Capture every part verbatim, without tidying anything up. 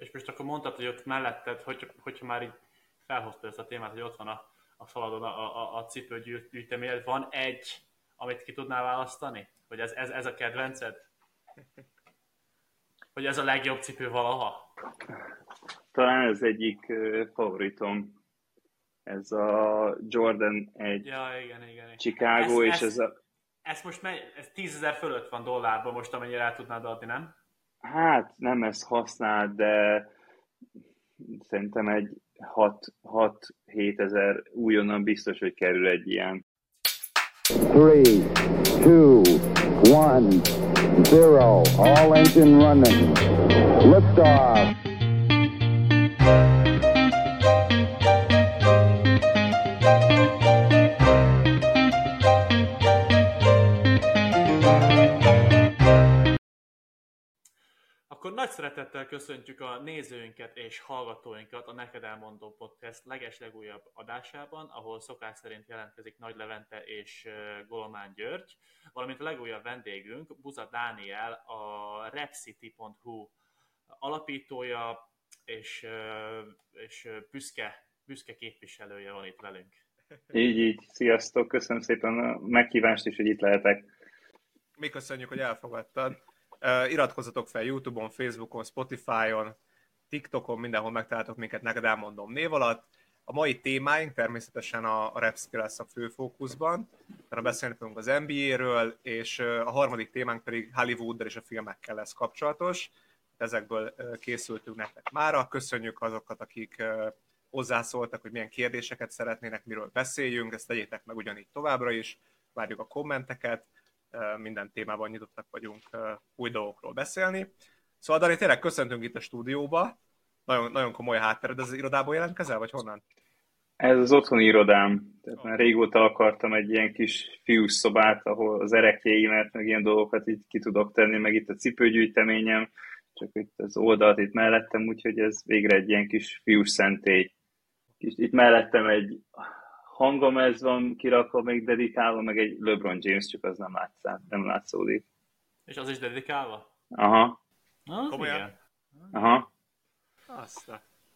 És most akkor mondtad, hogy ott melletted, hogy, hogyha már így felhozta ezt a témát, hogy ott van a, a faladon a, a, a cipőgyűjteményed, van egy, amit ki tudnál választani? Hogy ez, ez, ez a kedvenced? Hogy ez a legjobb cipő valaha? Talán ez egyik uh, favoritom. Ez a Jordan egy ja, igen, igen, igen. Chicago, ez, és ez, ez a... Ez most megy, ez tízezer fölött van dollárban most, amennyire el tudnád adni, nem? Hát nem ezt használt, de szerintem egy hat-hét ezer újonnan biztos, hogy kerül egy ilyen. three, two, one, zero. All engine running. Liftoff. Akkor nagy szeretettel köszöntjük a nézőinket és hallgatóinkat a Neked Elmondom Podcast legeslegújabb adásában, ahol szokás szerint jelentkezik Nagy Levente és Golomán György, valamint a legújabb vendégünk, Buza Dániel, a repcity pont hu alapítója és, és büszke, büszke képviselője van itt velünk. Így, így. Sziasztok, köszönöm szépen a meghívást is, hogy itt lehetek. Mi köszönjük, hogy elfogadtad. Uh, iratkozzatok fel YouTube-on, Facebookon, Spotify-on, TikTokon, mindenhol megtaláltok minket, Neked Elmondom név alatt. A mai témáink természetesen a, a Repsky lesz a főfókuszban, mert beszélni fogunk az en bé á-ről, és a harmadik témánk pedig Hollywooddal és a filmekkel lesz kapcsolatos. Ezekből készültünk nektek mára. Köszönjük azokat, akik hozzászóltak, hogy milyen kérdéseket szeretnének, miről beszéljünk, ezt tegyétek meg ugyanígy továbbra is, várjuk a kommenteket. Minden témában nyitottak vagyunk új dolgokról beszélni. Szóval, Dani, tényleg köszöntünk itt a stúdióba. Nagyon, nagyon komoly háttered, ez az irodából jelentkezel, vagy honnan? Ez az otthoni irodám. Tehát már régóta akartam egy ilyen kis fiús szobát, ahol az erekjeimet, meg ilyen dolgokat így ki tudok tenni, meg itt a cipőgyűjteményem, csak itt az oldalt itt mellettem, úgyhogy ez végre egy ilyen kis fiús szentély. Itt mellettem egy hangomez van kirakva, még dedikálva, meg egy LeBron James, csak az nem, látszál, nem látszódik. És az is dedikálva? Aha. Az komolyan? igen. Aha. Azt.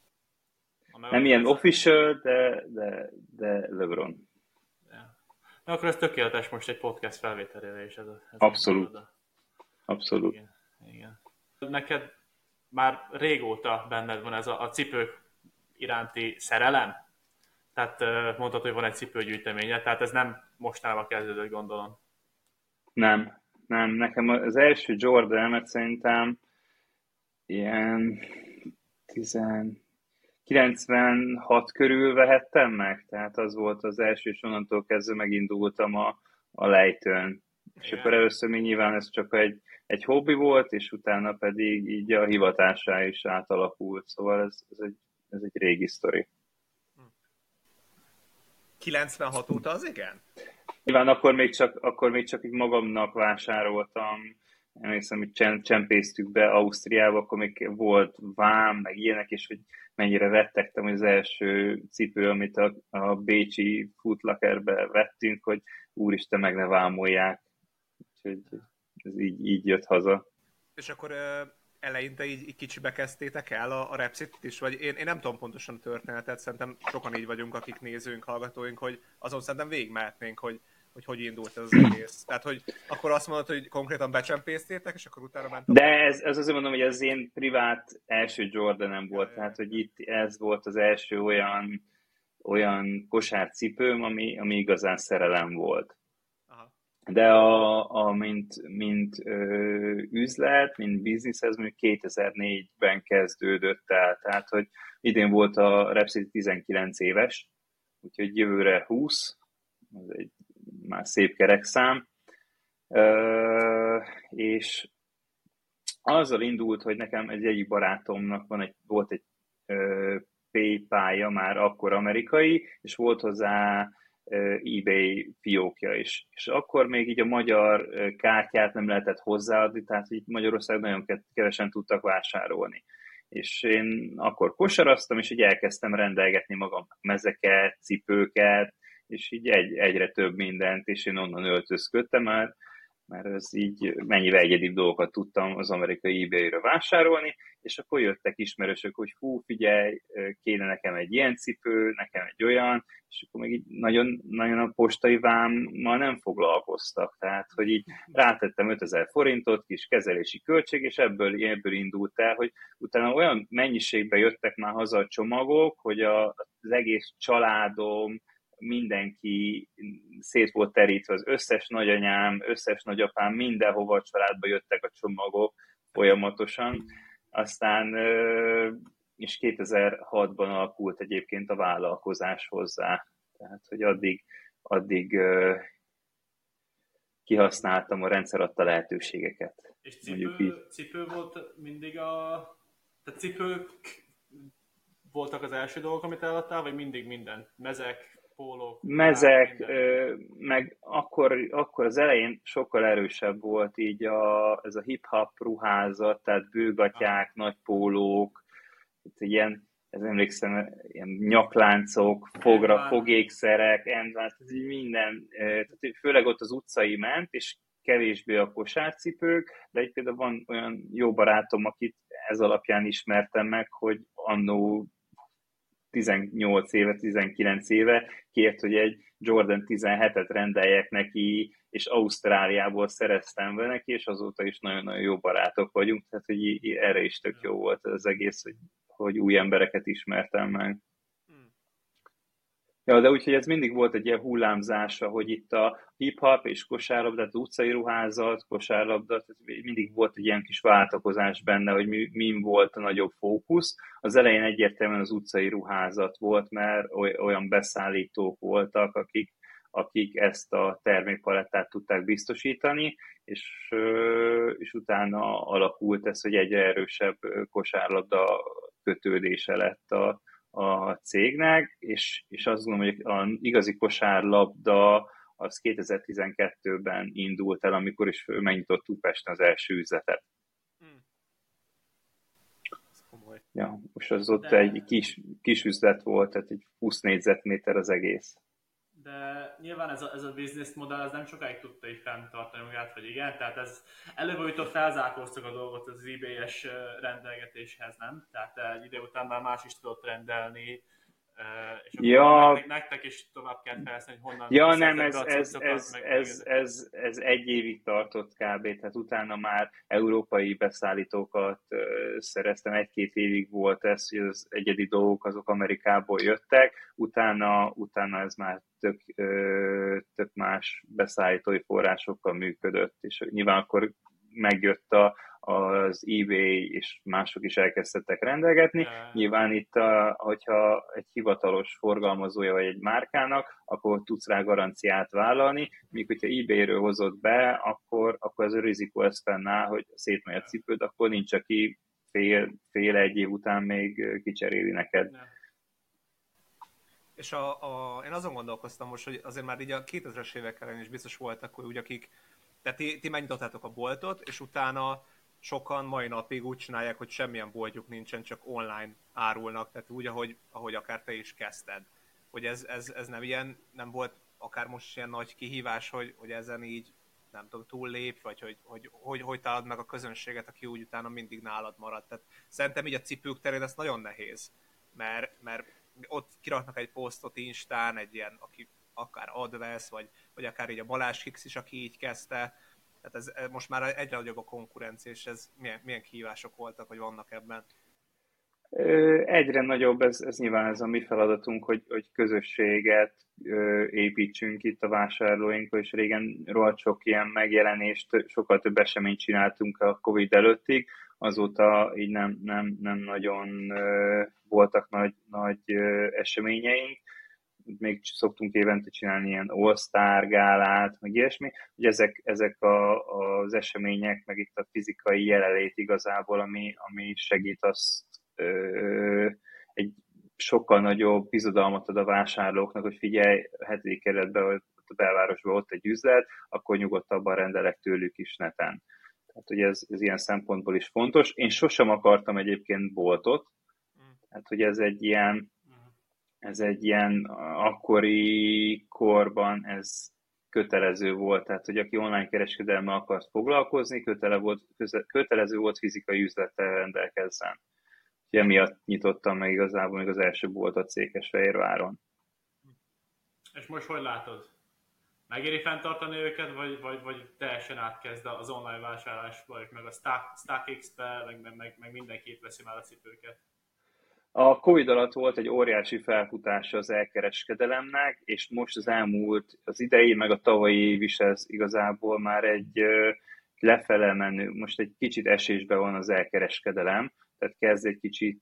Nem ilyen official, de, de, de LeBron. Ja. Na, akkor ez tökéletes most egy podcast felvételére is. Ez a, ez Abszolút. A Abszolút. igen, igen. Neked már régóta benned van ez a, a cipők iránti szerelem? Tehát mondtad, hogy van egy cipőgyűjteménye, tehát ez nem mostanában kezdődött, gondolom. Nem, nem. Nekem az első Jordan-et szerintem ilyen kilencvenhat körül vehettem meg, tehát az volt az első, és onnantól kezdve megindultam a, a lejtőn. És akkor először még nyilván ez csak egy, egy hobbi volt, és utána pedig így a hivatásá is átalakult, szóval ez, ez, egy, ez egy régi sztori. kilencvenhat óta az igen? Nyilván akkor még csak, akkor még csak így magamnak vásároltam, emlékszem, hogy csempésztük be Ausztriába, akkor még volt vám, meg ilyenek, és hogy mennyire rettegtem, hogy az első cipő, amit a, a bécsi Foot Lockerbe vettünk, hogy úristen, meg ne vámolják. Úgyhogy ez így, így jött haza. És akkor eleinte így, így kicsibe kezdtétek el a, a Repcity-t is? Vagy én, én nem tudom pontosan a történetet, szerintem sokan így vagyunk, akik nézőink, hallgatóink, hogy azon szerintem végigmehetnénk, hogy hogy hogy indult ez az egész. Tehát, hogy akkor azt mondod, hogy konkrétan becsempésztétek, és akkor utána mentek? De ez, ez azért mondom, hogy ez én privát első Jordanem volt, ja, tehát, hogy itt ez volt az első olyan, olyan kosárcipőm, ami, ami igazán szerelem volt. Aha. De a, a mint, mint ö, üzlet, mint biznisz, ez mondjuk kétezer-négyben kezdődött el, tehát, hogy idén volt a Repcity tizenkilenc éves, úgyhogy jövőre húsz, az egy már szép kerekszám, uh, és azzal indult, hogy nekem egy egyik barátomnak van egy, volt egy uh, PayPal-ja már akkor amerikai, és volt hozzá uh, eBay fiókja is. És akkor még így a magyar uh, kártyát nem lehetett hozzáadni, tehát így Magyarországon nagyon kevesen tudtak vásárolni. És én akkor kosaraztam, és így elkezdtem rendelgetni magamnak mezeket, cipőket, és így egy, egyre több mindent, és én onnan öltözködtem már. mert ez így mennyivel egyedibb dolgokat tudtam az amerikai eBay-ről vásárolni, és akkor jöttek ismerősök, hogy hú, figyelj, kéne nekem egy ilyen cipő, nekem egy olyan, és akkor még így nagyon, nagyon a postai vámmal nem foglalkoztak, tehát, hogy így rátettem ötezer forintot, kis kezelési költség, és ebből, ebből indult el, hogy utána olyan mennyiségben jöttek már haza a csomagok, hogy a, az egész családom, mindenki szét volt terítve, az összes nagyanyám, összes nagyapám, mindenhova a családba jöttek a csomagok folyamatosan. Aztán, és kétezer-hatban alakult egyébként a vállalkozás hozzá. Tehát, hogy addig, addig kihasználtam, a rendszer adta lehetőségeket. És cipő, cipő volt mindig a... Tehát cipők voltak az első dolgok, amit eladtál, vagy mindig minden? Mezek, pólók? Mezek, ö, meg akkor, akkor az elején sokkal erősebb volt így a, ez a hip-hop ruházat, tehát bőgatyák, nagy pólók, ilyen, ez emlékszem, ilyen nyakláncok, fogra, fogékszerek, endván, minden, tehát főleg ott az utcai ment, és kevésbé a kosárcipők, de egy például van olyan jó barátom, akit ez alapján ismertem meg, hogy annó tizennyolc éve, tizenkilenc éve kért, hogy egy Jordan tizenhetet rendeljek neki, és Ausztráliából szereztem vele neki, és azóta is nagyon-nagyon jó barátok vagyunk, tehát hogy erre is tök jó volt az egész, hogy, hogy új embereket ismertem meg. Ja, de úgyhogy ez mindig volt egy ilyen hullámzása, hogy itt a hip-hop és kosárlabda, az utcai ruházat, kosárlabda, mindig volt egy ilyen kis váltakozás benne, hogy mi, mi volt a nagyobb fókusz. Az elején egyértelműen az utcai ruházat volt, mert olyan beszállítók voltak, akik, akik ezt a termékpalettát tudták biztosítani, és, és utána alakult ez, hogy egyre erősebb kosárlabda kötődése lett a a cégnek, és, és azt gondolom, hogy az igazi kosárlabda az kétezer-tizenkettőben indult el, amikor is megnyitottuk Pesten az első üzletet. Hmm. Ja, most az ott De... egy kis, kis üzlet volt, tehát egy húsz négyzetméter az egész. De nyilván ez a, ez a business modell ez nem sokáig tudta így fenntartani magát, vagy igen? Tehát ez előbb-utóbb felzárkóztak a dolgot az eBay-es rendelgetéshez, nem? Tehát egy idő után már más is tudott rendelni, és akkor ja. nektek, nektek is tovább kell felszállni, hogy honnan ja, nem, ez, ez, ez, meg, ez, ez, ez egy évig tartott kb. Tehát utána már európai beszállítókat szereztem, egy-két évig volt ez, hogy az egyedi dolgok azok Amerikából jöttek, utána, utána ez már tök, tök más beszállítói forrásokkal működött, és nyilván akkor megjött a, az eBay, és mások is elkezdtek rendelgetni. Yeah. Nyilván itt, a, hogyha egy hivatalos forgalmazója vagy egy márkának, akkor tudsz rá garanciát vállalni, míg hogyha eBay-ről hozott be, akkor, akkor ez a rizikó ez fennáll, hogy szétmegy a cipőd, akkor nincs, aki fél, fél egy év után még kicseréli neked. Yeah. És a, a, én azon gondolkoztam most, hogy azért már így a kétezres évek elején is biztos voltak, úgy, akik, tehát ti, ti megnyitottátok a boltot, és utána sokan mai napig úgy csinálják, hogy semmilyen boltjuk nincsen, csak online árulnak, tehát úgy, ahogy, ahogy akár te is kezdted. Hogy ez, ez, ez nem ilyen, nem volt akár most ilyen nagy kihívás, hogy, hogy ezen így, nem tudom, túllépj, vagy hogy hogy, hogy, hogy találod meg a közönséget, aki úgy utána mindig nálad marad. Tehát szerintem így a cipők terén ez nagyon nehéz, mert, mert ott kiraknak egy posztot Instán, egy ilyen, aki akár advesz, vagy, vagy akár így a Balázs Hicks is, aki így kezdte. Tehát ez, most már egyre nagyobb a konkurencia, és ez milyen, milyen kihívások voltak, vagy vannak ebben? Egyre nagyobb, ez, ez nyilván ez a mi feladatunk, hogy, hogy közösséget építsünk itt a vásárlóinkról, és régen rohadt sok ilyen megjelenést, sokkal több eseményt csináltunk a Covid előttig, azóta így nem, nem, nem nagyon voltak nagy, nagy eseményeink. Még szoktunk évente csinálni ilyen All-Star gálát, meg ilyesmi, hogy ezek, ezek a, az események, meg itt a fizikai jelenlét igazából, ami, ami segít azt ö, egy sokkal nagyobb bizodalmat ad a vásárlóknak, hogy figyelj, a hetedik kerületben, vagy a belvárosban ott egy üzlet, akkor nyugodtabban rendelek tőlük is neten. Tehát, hogy ez, ez ilyen szempontból is fontos. Én sosem akartam egyébként boltot, tehát, hogy ez egy ilyen ez egy ilyen akkori korban ez kötelező volt, tehát hogy aki online kereskedelme akart foglalkozni, kötele volt, kötelező volt fizikai üzlettel rendelkezzen. Úgyhogy emiatt nyitottam meg igazából még az első boltot Székesfehérváron. És most hogy látod? Megéri fenntartani őket, vagy, vagy, vagy teljesen átkezd az online vásárlásba, meg a StockX-be, meg, meg, meg mindenki veszi már a cipőket? A Covid alatt volt egy óriási felfutása az elkereskedelemnek, és most az elmúlt, az idei, meg a tavalyi év is ez igazából már egy lefele menő, most egy kicsit esésben van az elkereskedelem, tehát kezd egy kicsit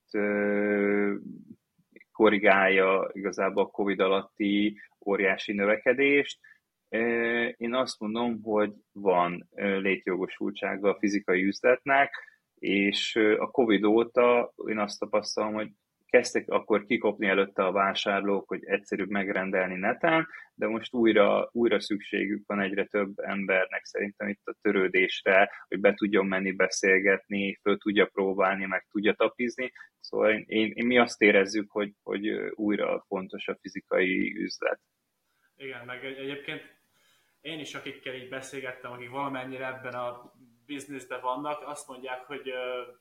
korrigálja igazából a Covid alatti óriási növekedést. Én azt mondom, hogy van létjogosultsága a fizikai üzletnek, és a Covid óta én azt tapasztalom, hogy kezdtek akkor kikopni előtte a vásárlók, hogy egyszerűbb megrendelni neten, de most újra, újra szükségük van egyre több embernek szerintem itt a törődésre, hogy be tudjon menni beszélgetni, föl tudja próbálni, meg tudja tapizni. Szóval én, én mi azt érezzük, hogy, hogy újra fontos a fizikai üzlet. Igen, meg egyébként én is, akikkel így beszélgettem, akik valamennyire ebben a bizniszben vannak, azt mondják, hogy uh,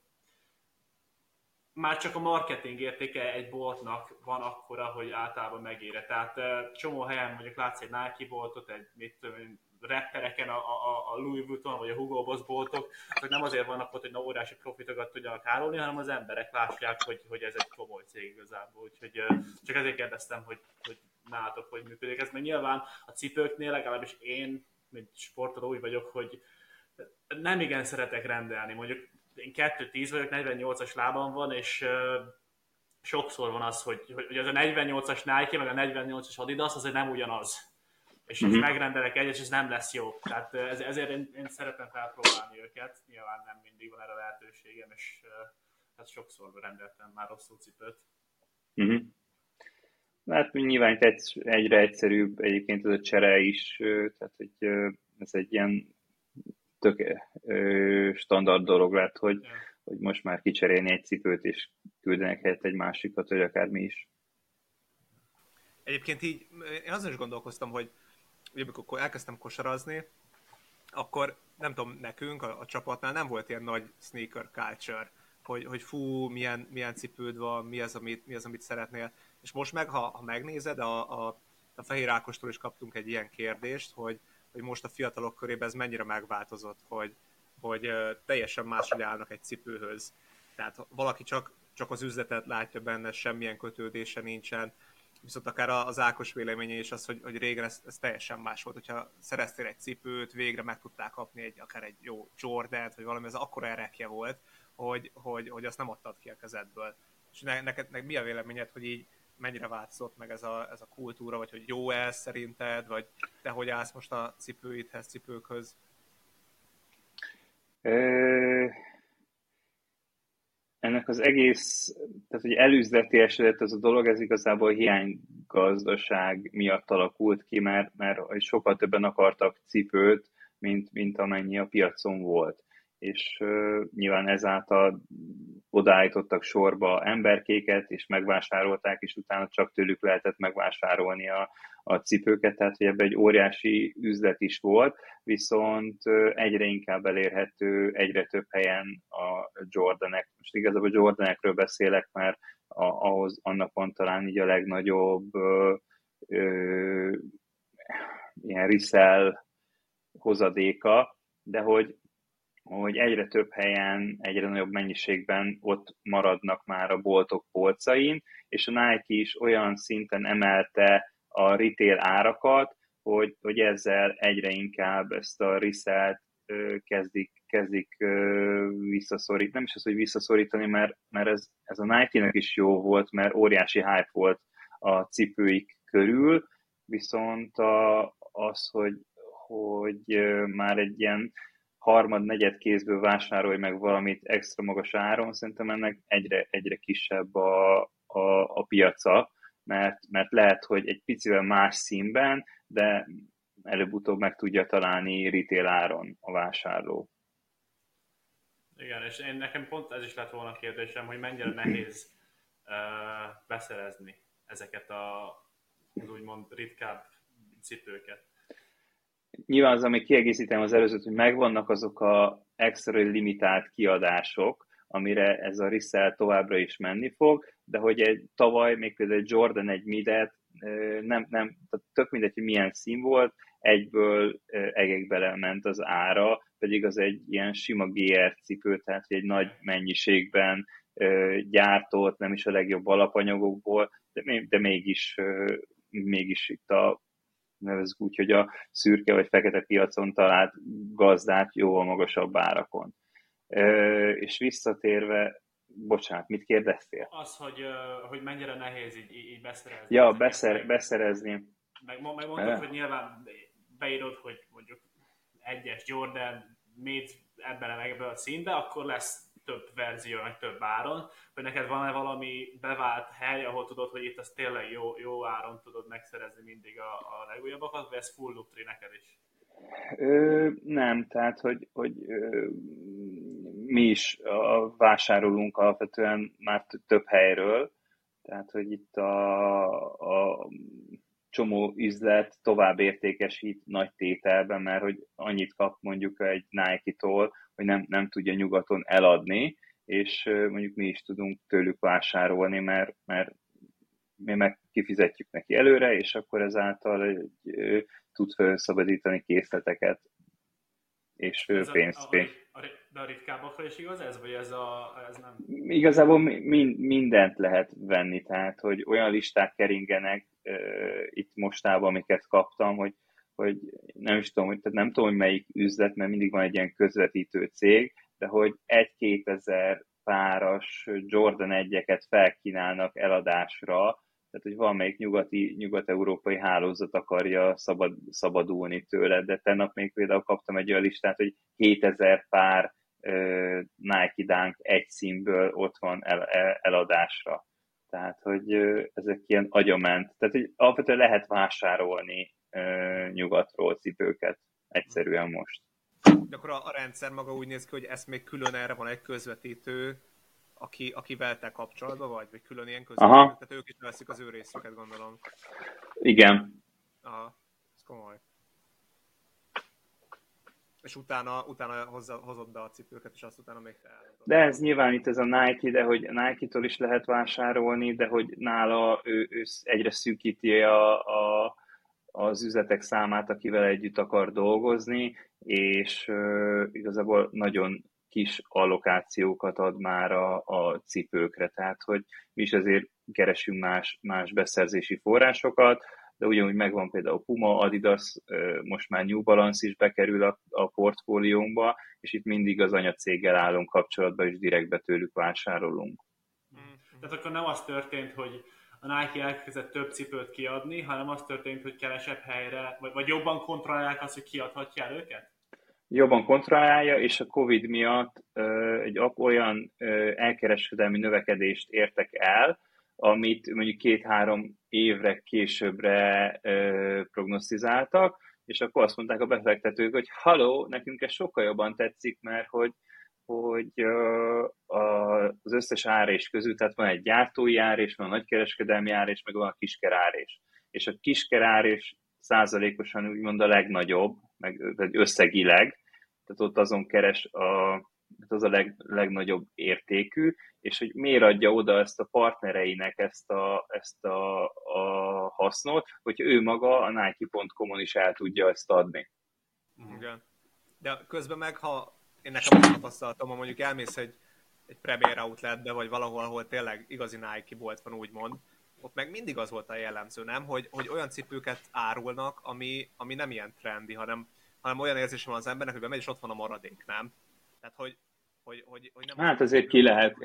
már csak a marketing értéke egy boltnak van akkora, hogy általában megére. Tehát uh, csomó helyen mondjuk látsz egy Nike boltot, egy mit tudom, rappereken a, a, a Louis Vuitton vagy a Hugo Boss boltok, azok nem azért vannak ott, hogy na óriási profitokat tudjanak árulni, hanem az emberek látják, hogy, hogy ez egy komoly cég igazából. Úgyhogy uh, csak ezért kérdeztem, hogy, hogy nálatok hogy működik. Ez meg nyilván a cipőknél, legalábbis én, mint sportoló úgy vagyok, hogy nem igen szeretek rendelni. Mondjuk én kettő tíz vagyok, negyvennyolcas lábam van, és uh, sokszor van az, hogy, hogy az a negyvennyolcas Nike, meg a negyvennyolcas Adidas, azért nem ugyanaz. És most uh-huh. megrendelek egyet, és ez nem lesz jó. Tehát ez, ezért én, én szeretem felpróbálni őket. Nyilván nem mindig van erre lehetőségem, és uh, hát sokszor rendeltem már rosszul cipőt. Uh-huh. Hát nyilván egy, egyre egyszerűbb egyébként ez a csere is, tehát hogy ez egy ilyen tök standard dolog lett, hogy, yeah. hogy most már kicserélni egy cipőt, és küldenek helyett egy másikat, vagy akármi is. Egyébként így, én azon is gondolkoztam, hogy amikor elkezdtem kosarazni, akkor nem tudom, nekünk a, a csapatnál nem volt ilyen nagy sneaker culture, hogy, hogy fú, milyen, milyen cipőd van, mi az, amit, mi az, amit szeretnél. És most meg, ha, ha megnézed, a, a, a Fehér Ákostól is kaptunk egy ilyen kérdést, hogy, hogy most a fiatalok körében ez mennyire megváltozott, hogy, hogy teljesen máshogy állnak egy cipőhöz. Tehát valaki csak, csak az üzletet látja benne, semmilyen kötődése nincsen. Viszont akár az Ákos véleménye is az, hogy, hogy régen ez, ez teljesen más volt. Hogyha szereztél egy cipőt, végre meg tudták kapni egy, akár egy jó Jordant, vagy valami, ez akkora erekje volt, hogy, hogy, hogy azt nem adtad ki a kezedből. És ne, neked meg mi a véleményed, hogy így mennyire változott meg ez a, ez a kultúra, vagy hogy jó ez szerinted, vagy te hogy állsz most a cipőidhez, cipőkhöz? Ennek az egész, tehát hogy elüzleti esedett ez a dolog, ez igazából hiánygazdaság miatt alakult ki, mert, mert sokkal többen akartak cipőt, mint, mint amennyi a piacon volt. És uh, nyilván ezáltal odaállítottak sorba emberkéket, és megvásárolták, és utána csak tőlük lehetett megvásárolni a, a cipőket, tehát hogy ebben egy óriási üzlet is volt, viszont uh, egyre inkább elérhető, egyre több helyen a Jordanek. Most igazából a Jordanekről beszélek, mert a, ahhoz annak van talán így a legnagyobb uh, uh, ilyen resell hozadéka, de hogy hogy egyre több helyen, egyre nagyobb mennyiségben ott maradnak már a boltok polcain, és a Nike is olyan szinten emelte a retail árakat, hogy, hogy ezzel egyre inkább ezt a resell-t kezdik, kezdik visszaszorítani. Nem is az, hogy visszaszorítani, mert, mert ez, ez a Nike-nek is jó volt, mert óriási hype volt a cipőik körül, viszont a, az, hogy, hogy már egy ilyen harmad-negyed kézből vásárolj meg valamit extra magas áron, szerintem ennek egyre, egyre kisebb a, a, a piaca, mert, mert lehet, hogy egy picivel más színben, de előbb-utóbb meg tudja találni retail áron a vásárló. Igen, és én nekem pont ez is lett volna a kérdésem, hogy mennyire nehéz uh, beszerezni ezeket a, az úgymond ritkább cipőket. nyilván az, ami kiegészítem az előzőt, hogy megvannak azok a extra limitált kiadások, amire ez a resell továbbra is menni fog, de hogy egy tavaly még például egy Jordan egy midet, nem, nem, tök mindegy, hogy milyen szín volt, egyből egekbe ment az ára, pedig az egy ilyen sima gé er cipő, tehát egy nagy mennyiségben gyártott, nem is a legjobb alapanyagokból, de, de mégis, mégis itt a nevezzük úgy, hogy a szürke vagy fekete piacon talált gazdát jóval magasabb árakon. És visszatérve, bocsánat, mit kérdeztél? Az, hogy, hogy mennyire nehéz így, így beszerezni. Ja, beszer, beszerezni. Meg, meg mondod, hogy nyilván beírod, hogy mondjuk egyes Jordan made ebben a ebben a színben, akkor lesz több verzió, meg több áron, hogy neked van-e valami bevált hely, ahol tudod, hogy itt az tényleg jó, jó áron tudod megszerezni mindig a, a legújabbakat, vagy ez full luptri neked is? Ö, nem, tehát, hogy, hogy ö, mi is a, vásárolunk alapvetően már több helyről, tehát, hogy itt a, a csomó üzlet tovább értékesít nagy tételben, mert hogy annyit kap mondjuk egy Nike-tól, hogy nem, nem tudja nyugaton eladni, és mondjuk mi is tudunk tőlük vásárolni, mert, mert mi meg kifizetjük neki előre, és akkor ezáltal tud felszabadítani készleteket, és pénzt. A, a, a, a, de a ritkábbakra is igaz ez, vagy ez, a, ez nem? Igazából mi, mindent lehet venni, tehát hogy olyan listák keringenek uh, itt mostában, amiket kaptam, hogy, hogy nem is tudom, hogy, tehát nem tudom, hogy melyik üzlet, mert mindig van egy ilyen közvetítő cég, de hogy egy-kétezer páras Jordan egyeket felkínálnak eladásra, tehát hogy valamelyik nyugati, nyugat-európai hálózat akarja szabad, szabadulni tőle, de tennap még például kaptam egy olyan listát, hogy hétezer pár uh, Nike Dunk egy színből ott van el, el, eladásra. Tehát, hogy uh, ezek ilyen agyament. Tehát, hogy alapvetően lehet vásárolni uh, nyugatról cipőket egyszerűen most. De akkor a, a rendszer maga úgy néz ki, hogy ezt még külön erre van egy közvetítő, Aki, akivel te kapcsolatban vagy, vagy külön ilyen közvetítők, tehát ők is veszik az ő részüket, gondolom. Igen. Aha, ez komoly. És utána, utána hozza, hozott be a cipőket, és azt utána még te eladod. De ez nyilván itt ez a Nike, de hogy Nike-tól is lehet vásárolni, de hogy nála ő, ő egyre szűkíti a, a, az üzletek számát, akivel együtt akar dolgozni, és uh, igazából nagyon kis allokációkat ad már a, a cipőkre, tehát hogy mi is azért keresünk más, más beszerzési forrásokat, de ugyanúgy megvan például Puma, Adidas, most már New Balance is bekerül a, a portfóliónkba, és itt mindig az anyacéggel állunk kapcsolatban, és direktbe tőlük vásárolunk. Tehát akkor nem az történt, hogy a Nike elkezdett több cipőt kiadni, hanem az történt, hogy kevesebb helyre, vagy, vagy jobban kontrollálják azt, hogy kiadhatják őket? Jobban kontrollálja, és a Covid miatt ö, egy olyan ö, elkereskedelmi növekedést értek el, amit mondjuk két-három évre későbbre ö, prognosztizáltak, és akkor azt mondták a befektetők, hogy haló, nekünk ez sokkal jobban tetszik, mert hogy, hogy ö, a, az összes árés közül, tehát van egy gyártói árés, van a nagykereskedelmi árés, meg van a kiskerárés. És a kiskerárés százalékosan úgymond a legnagyobb, meg összegileg, tehát ott azon keres a, az a leg, legnagyobb értékű, és hogy miért adja oda ezt a partnereinek ezt a, ezt a, a hasznot, hogy ő maga a Nike pont com-on is el tudja ezt adni. Igen. De közben meg, ha én nekem azt tapasztaltam, ha mondjuk elmész egy, egy Premier Outletbe, vagy valahol, ahol tényleg igazi Nike bolt van, úgymond, ott meg mindig az volt a jellemző, nem? Hogy, hogy olyan cipőket árulnak, ami, ami nem ilyen trendi, hanem, hanem olyan érzésem van az embernek, hogy bemegy, és ott van a maradék, nem? Tehát, hogy, hogy, hogy, hogy nem... Hát azért ki lehet.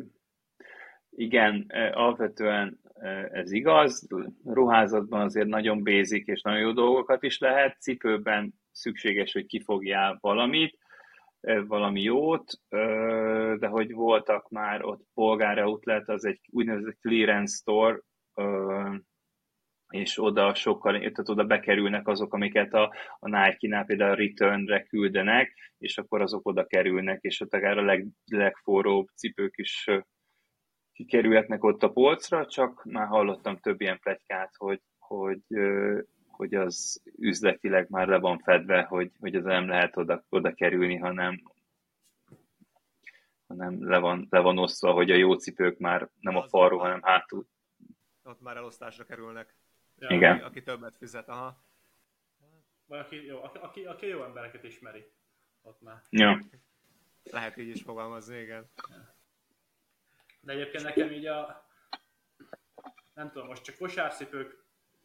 Igen, alapvetően ez igaz. Ruházatban azért nagyon basic és nagyon jó dolgokat is lehet. Cipőben szükséges, hogy kifogjál valamit, valami jót, de hogy voltak már ott Polgár Outlet, az egy úgynevezett clearance store, és oda sokkal, tehát oda bekerülnek azok, amiket a, a Nike-nál például a returnre küldenek, és akkor azok oda kerülnek, és ott akár a leg, legforróbb cipők is kikerülhetnek ott a polcra, csak már hallottam több ilyen pletykát, hogy, hogy, hogy az üzletileg már le van fedve, hogy, hogy az nem lehet oda, oda kerülni, hanem, hanem le, van, le van osztva, hogy a jó cipők már nem a falról, hanem hátul. Ott már elosztásra kerülnek. Ja. Igen. Aki, aki többet fizet, aha. Vagy aki jó, aki, aki jó embereket ismeri. Ott már. Ja. Lehet így is fogalmazni, igen. De egyébként nekem így a... Nem tudom, most csak kosárcipők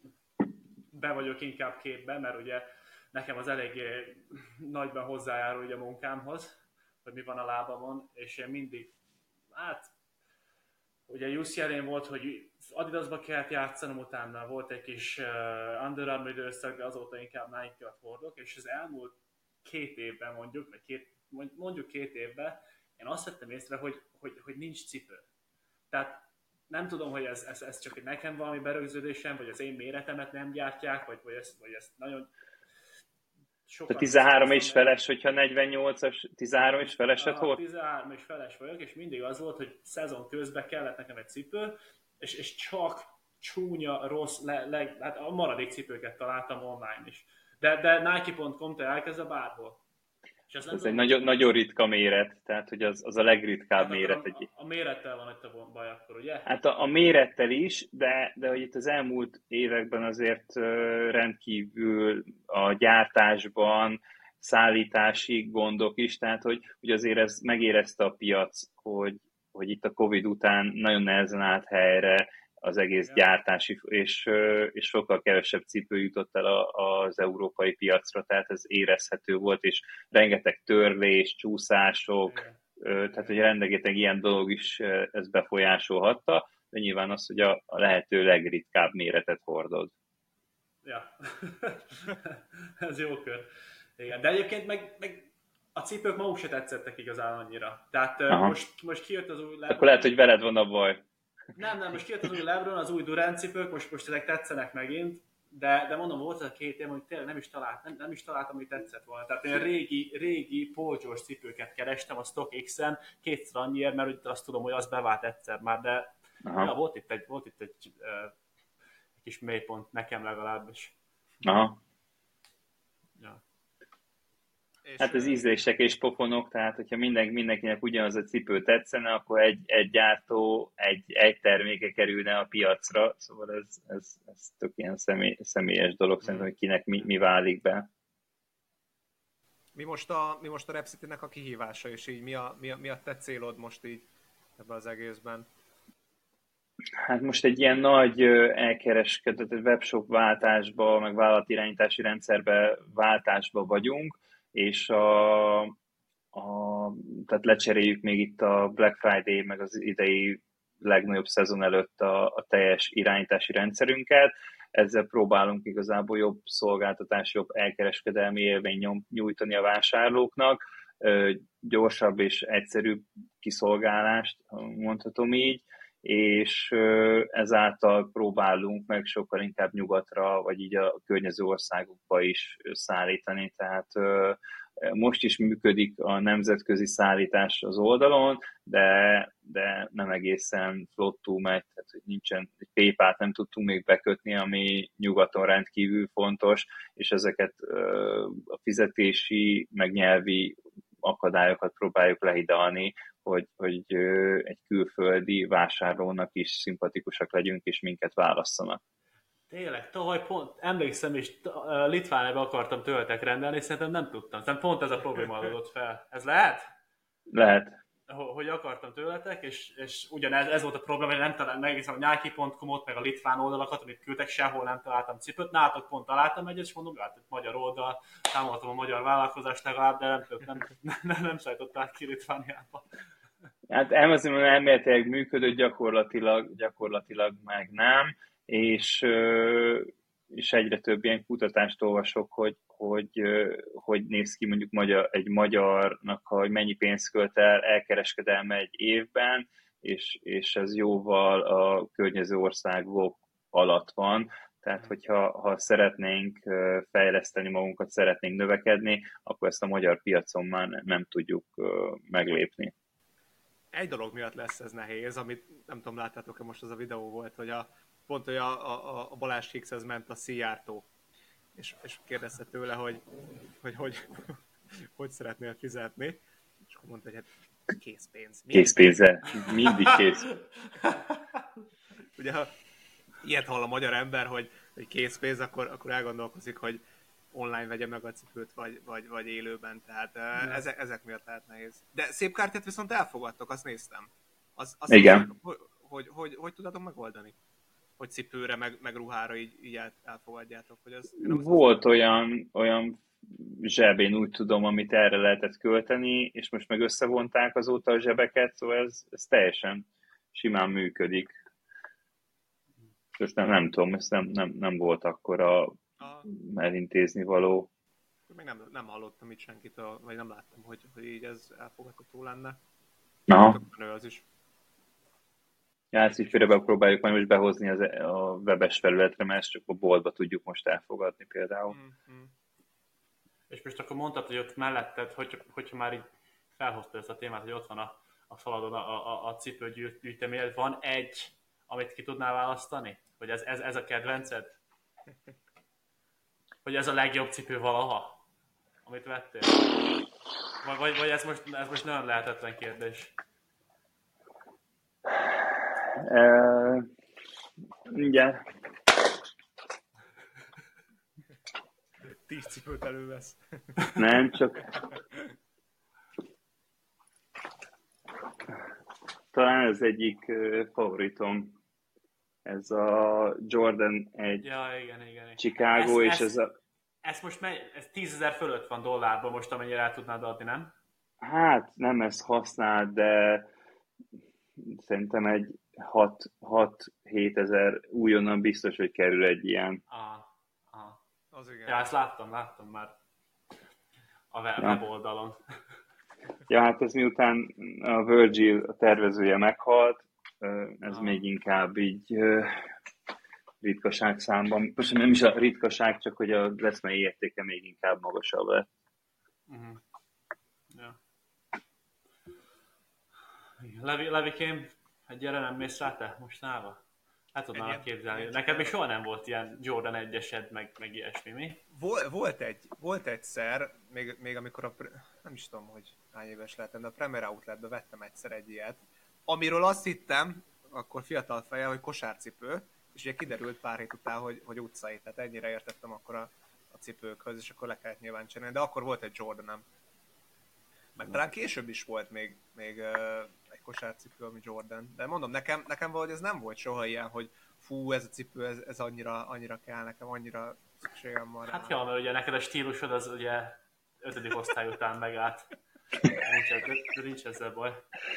be vagyok inkább képben, mert ugye nekem az eléggé nagyban hozzájárul ugye a munkámhoz, hogy mi van a lábamon, és én mindig, hát, ugye u cé el-én volt, hogy Adidasba kellett játszanom, utána volt egy kis uh, Under Armour időszak, de azóta inkább Nike-ot hordok, és az elmúlt két évben mondjuk, vagy két, mondjuk két évben, én azt vettem észre, hogy, hogy, hogy nincs cipő. Tehát nem tudom, hogy ez, ez, ez csak nekem valami berögződésem, vagy az én méretemet nem gyártják, vagy, vagy, ezt, vagy ezt nagyon sokan... A tizenhárom és feles, hogyha negyvennyolcas, tizenhárom és feleset volt? tizenhárom és feles vagyok, és mindig az volt, hogy szezon közben kellett nekem egy cipő, és, és csak csúnya, rossz, le, le, hát a maradék cipőket találtam online is. De, de Nike pont com-től elkezdve bárhol. Ez tudom, egy nagyon, nagyon ritka méret, tehát hogy az, az a legritkább hát méret. A, a, a mérettel van itt a baj akkor, ugye? Hát a, a mérettel is, de, de hogy itt az elmúlt években azért rendkívül a gyártásban, szállítási gondok is, tehát hogy, hogy azért ez megérezte a piac, hogy, hogy itt a Covid után nagyon nehezen állt helyre az egész ja. gyártási, és, és sokkal kevesebb cipő jutott el a, az európai piacra, tehát ez érezhető volt, és rengeteg törlés, csúszások, ja. tehát hogy rengeteg ilyen dolog is ez befolyásolhatta, de nyilván az, hogy a, a lehető legritkább méretet hordod. Ja, ez jó kör. Igen. De egyébként meg, meg a cipők maguk se tetszettek igazán annyira. Tehát most, most kijött az új Lebron. Akkor lehet, hogy veled van a baj. Nem, nem, most kijött az új Lebron, az új Durant cipők, most, most ezek tetszenek megint, de, de mondom, volt az a két év, hogy tényleg nem is, talált, nem, nem is találtam, hogy tetszett volna. Tehát én régi, régi Paul George cipőket kerestem a StockX-en, kétszer annyiért, mert azt tudom, hogy az bevált egyszer már, de ja, volt itt egy, volt itt egy, uh, egy kis mélypont nekem legalábbis. Aha. Ja. Hát az ízlések és pofonok, tehát hogyha minden, mindenkinek ugyanaz a cipő tetszene, akkor egy, egy gyártó, egy, egy terméke kerülne a piacra, szóval ez, ez, ez tök ilyen személy, személyes dolog, szerintem, hogy kinek mi, mi válik be. Mi most a, mi most a Rep City-nek a kihívása, és így mi a, mi a, mi a te célod most így ebben az egészben? Hát most egy ilyen nagy elkereskedett webshop váltásba, meg vállalatirányítási rendszerbe váltásba vagyunk, és a, a, tehát lecseréljük még itt a Black Friday, meg az idei legnagyobb szezon előtt a, a teljes irányítási rendszerünket. Ezzel próbálunk igazából jobb szolgáltatás, jobb elkereskedelmi élményt nyújtani a vásárlóknak, gyorsabb és egyszerűbb kiszolgálást, mondhatom így, és ezáltal próbálunk meg sokkal inkább nyugatra, vagy így a környező országokba is szállítani. Tehát most is működik a nemzetközi szállítás az oldalon, de, de nem egészen flottul megy, tehát hogy nincsen, egy PayPal-t nem tudtunk még bekötni, ami nyugaton rendkívül fontos, és ezeket a fizetési, meg nyelvi akadályokat próbáljuk lehidalni, hogy, hogy egy külföldi vásárlónak is szimpatikusak legyünk, és minket válasszanak. Tényleg, tavaly pont, emlékszem, és Litvániába akartam töltek rendelni, és szerintem nem tudtam. Szerintem pont ez a probléma adott fel. Ez lehet? Lehet. Hogy akartam tőletek, és, és ugyanez ez volt a probléma, hogy nem találtam, megnézem a Nike pont com-ot, meg a litván oldalakat, amit küldtek, sehol nem találtam cipőt. Nálatok pont találtam egyet, és mondom, hát magyar oldal, támogatom a magyar vállalkozást legalább, de nem, nem, nem, nem, nem szállították ki Litvániába. Hát elmondom, hogy elméletileg működött, gyakorlatilag, gyakorlatilag meg nem, és, és egyre több ilyen kutatást olvasok, hogy hogy, hogy néz ki mondjuk magyar, egy magyarnak, hogy mennyi pénzt költ el elkereskedelme egy évben, és, és ez jóval a környező országok alatt van. Tehát, hogyha ha szeretnénk fejleszteni magunkat, szeretnénk növekedni, akkor ezt a magyar piacon már nem tudjuk meglépni. Egy dolog miatt lesz ez nehéz, amit nem tudom, láttátok-e most az a videó volt, hogy a, pont hogy a, a, a Balázs Higgshez ment a Szijjártó. és, és kérdezte tőle, hogy hogy, hogy, hogy szeretnél fizetni, és akkor mondta, hogy hát készpénz. Készpénzzel. Mindig kész. Ugye, ha ilyet hall a magyar ember, hogy, hogy készpénz, akkor, akkor elgondolkozik, hogy online vegye meg a cipőt, vagy, vagy, vagy élőben, tehát uh, ezek, ezek miatt lehet nehéz. De szép kártyát viszont elfogadtok, azt néztem. Az, azt Igen. Néztem, hogy, hogy, hogy, hogy tudjátok megoldani? Hogy cipőre, meg, meg ruhára így, így elfogadjátok? Hogy az, Volt olyan, olyan zseb, én úgy tudom, amit erre lehetett költeni, és most meg összevonták azóta a zsebeket, szóval ez, ez teljesen simán működik. Most nem, nem tudom, ez nem, nem, nem volt akkora elintézni való. Még nem, nem hallottam itt senkit, vagy nem láttam, hogy, hogy így ez elfogadható lenne. Aha. Az is. Ja, ezt így félre próbáljuk majd most behozni az, a webes felületre, mert ezt csak a boltba tudjuk most elfogadni például. Mm-hmm. És most akkor mondtad, hogy ott melletted, hogy, hogyha már így felhoztad ezt a témát, hogy ott van a, a faladon a, a, a cipőgyűjtemény, van egy, amit ki tudnál választani? Hogy ez, ez, ez a kedvenced? Hogy ez a legjobb cipő valaha, amit vettél? Vagy, vagy, vagy ez, most, ez most nagyon lehetetlen kérdés? Uh, igen. Tíz cipőt elővesz. Nem, csak... Talán ez egyik uh, favoritom. Ez a Jordan egy ja, igen, igen, igen. Chicago, ez, és ez, ez a... Ez most megy, ez tízezer fölött van dollárban most, amennyire el tudnád adni, nem? Hát nem ezt használt, de szerintem egy hat-hét ezer újonnan biztos, hogy kerül egy ilyen. Ah, ah. Az igen. Ja, ezt láttam, láttam már a weboldalon. Ja, hát ez miután a Virgil a tervezője meghalt, ez ah. még inkább így ritkaság számban. Most nem is a ritkaság, csak hogy a leszmei értéke még inkább magasabb lett. Uh-huh. Ja. Levi, Levikém, egy gyere, nem mész rá te mostanában? Hát tudnálak képzelni. Neked még soha nem volt ilyen Jordan egyesed, meg, meg ilyesmi, mi? Vol, volt, egy, volt egyszer, még, még amikor a, nem is tudom, hogy hány éves lehetem, de a Premier Outletbe vettem egyszer egy ilyet, amiről azt hittem, akkor fiatal fejjel, hogy kosárcipő, és ugye kiderült pár hét után, hogy, hogy utcai, tehát ennyire értettem akkor a, a cipőkhöz, és akkor le kellett nyilván csinálni, de akkor volt egy Jordanem. Meg talán később is volt még, még uh, egy kosárcipő, ami Jordan. De mondom, nekem, nekem valahogy ez nem volt soha ilyen, hogy fú, ez a cipő, ez, ez annyira, annyira kell nekem, annyira szükségem van rá. Hát jó, mert ugye neked a stílusod az ugye ötödik osztály után megállt. Nincs, de nincs ezzel baj.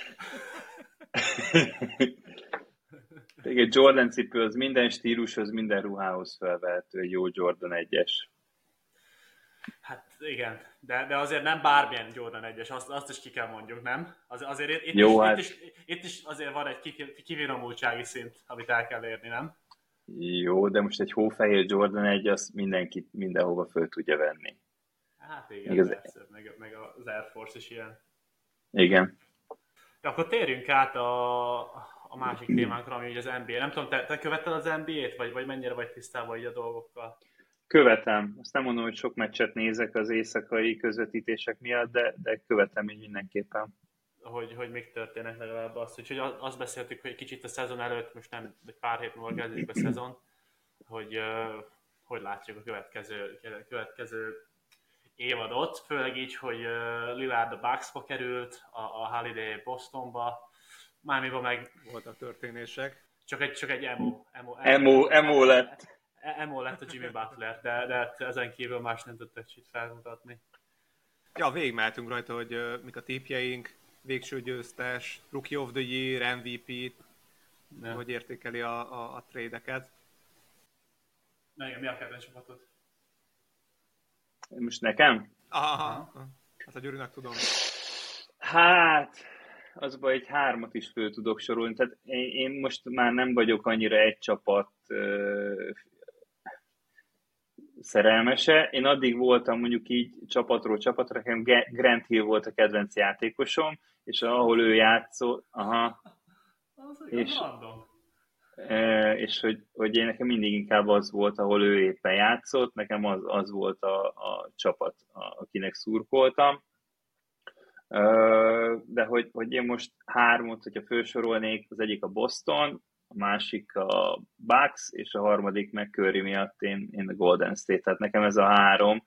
Egy Jordan cipő az minden stílushoz, minden ruhához felvehető, egy jó Jordan egyes. Hát igen, de, de azért nem bármilyen Jordan egyes, azt, azt is ki kell mondjuk, nem? Az, azért itt, jó, is, hát... itt, is, itt is azért van egy kifinomultsági szint, amit el kell érni, nem? Jó, de most egy hófehér Jordan egy, azt mindenki mindenhova föl tudja venni. Hát igen, Igaz... persze, meg, meg az Air Force is ilyen. Igen. De akkor térjünk át a, a másik témánkra, ami az en bé á. Nem tudom, te, te követted az en bé á-t, vagy, vagy mennyire vagy tisztában így a dolgokkal? Követem. Azt nem mondom, hogy sok meccset nézek az éjszakai közvetítések miatt, de, de követem így mindenképpen. Hogy, hogy még történnek legalább azt. Úgyhogy azt beszéltük, hogy kicsit a szezon előtt, most nem egy pár hét múlva kezdődik a szezon, hogy uh, hogy látjuk a következő, következő évadot, főleg így, hogy uh, Lillard a Bucksba került, a, a Holiday Bostonba, Miamiba meg voltak történések. Csak egy, csak egy emo, emo, emo, emo, emo lett. Emo lett a Jimmy Butler, de, de ezen kívül más nem tudtak itt felmutatni. Ja, végigmehetünk rajta, hogy uh, mik a tippjeink, végső győztes, Rookie of the Year, em vé pé-t, ja. Hogy értékeli a, a, a trade-eket. Na igen, mi a kedvenc csapatod? Most nekem? Aha, hát a Gyurinak tudom. Hát, az baj, egy hármat is föl tudok sorolni. Tehát én, én most már nem vagyok annyira egy csapat uh, szerelmese. Én addig voltam mondjuk így csapatról csapatra, nekem Grant Hill volt a kedvenc játékosom, és ahol ő játszott, aha, az és, és hogy, hogy én nekem mindig inkább az volt, ahol ő éppen játszott, nekem az, az volt a, a csapat, akinek szurkoltam. De hogy, hogy én most hármat, hogyha felsorolnék, az egyik a Boston, a másik a Bucks, és a harmadik meg Curry miatt én, én a Golden State. Tehát nekem ez a három,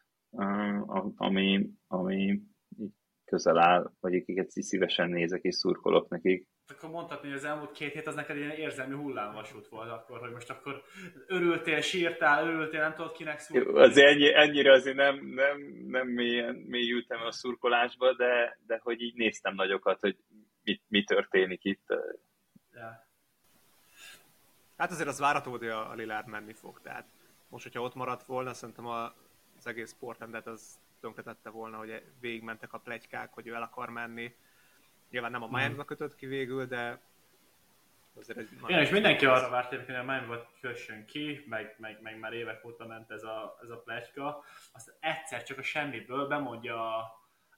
ami, ami közel áll, vagy akiket szívesen nézek és szurkolok nekik. Akkor mondhatni, hogy az elmúlt két hét az neked ilyen érzelmi hullámvasút volt akkor, hogy most akkor örültél, sírtál, örültél, nem tudod kinek szurkolni. Azért ennyi, ennyire azért nem, nem, nem mélyen, mélyültem a szurkolásba, de, de hogy így néztem nagyokat, hogy mi, mi történik itt. Ja. Hát azért az várható, hogy a Lillard menni fog. Tehát most, hogyha ott maradt volna, szerintem az egész Portlandet az tönkretette volna, hogy végigmentek a pletykák, hogy ő el akar menni. Nyilván nem a Miami-ba kötött ki végül, de azért egy... Igen, és mindenki arra várt, hogy a Miami-ba kössön ki, meg, meg, meg már évek óta ment ez a, ez a pletyka. Aztán egyszer csak a semmiből bemondja a...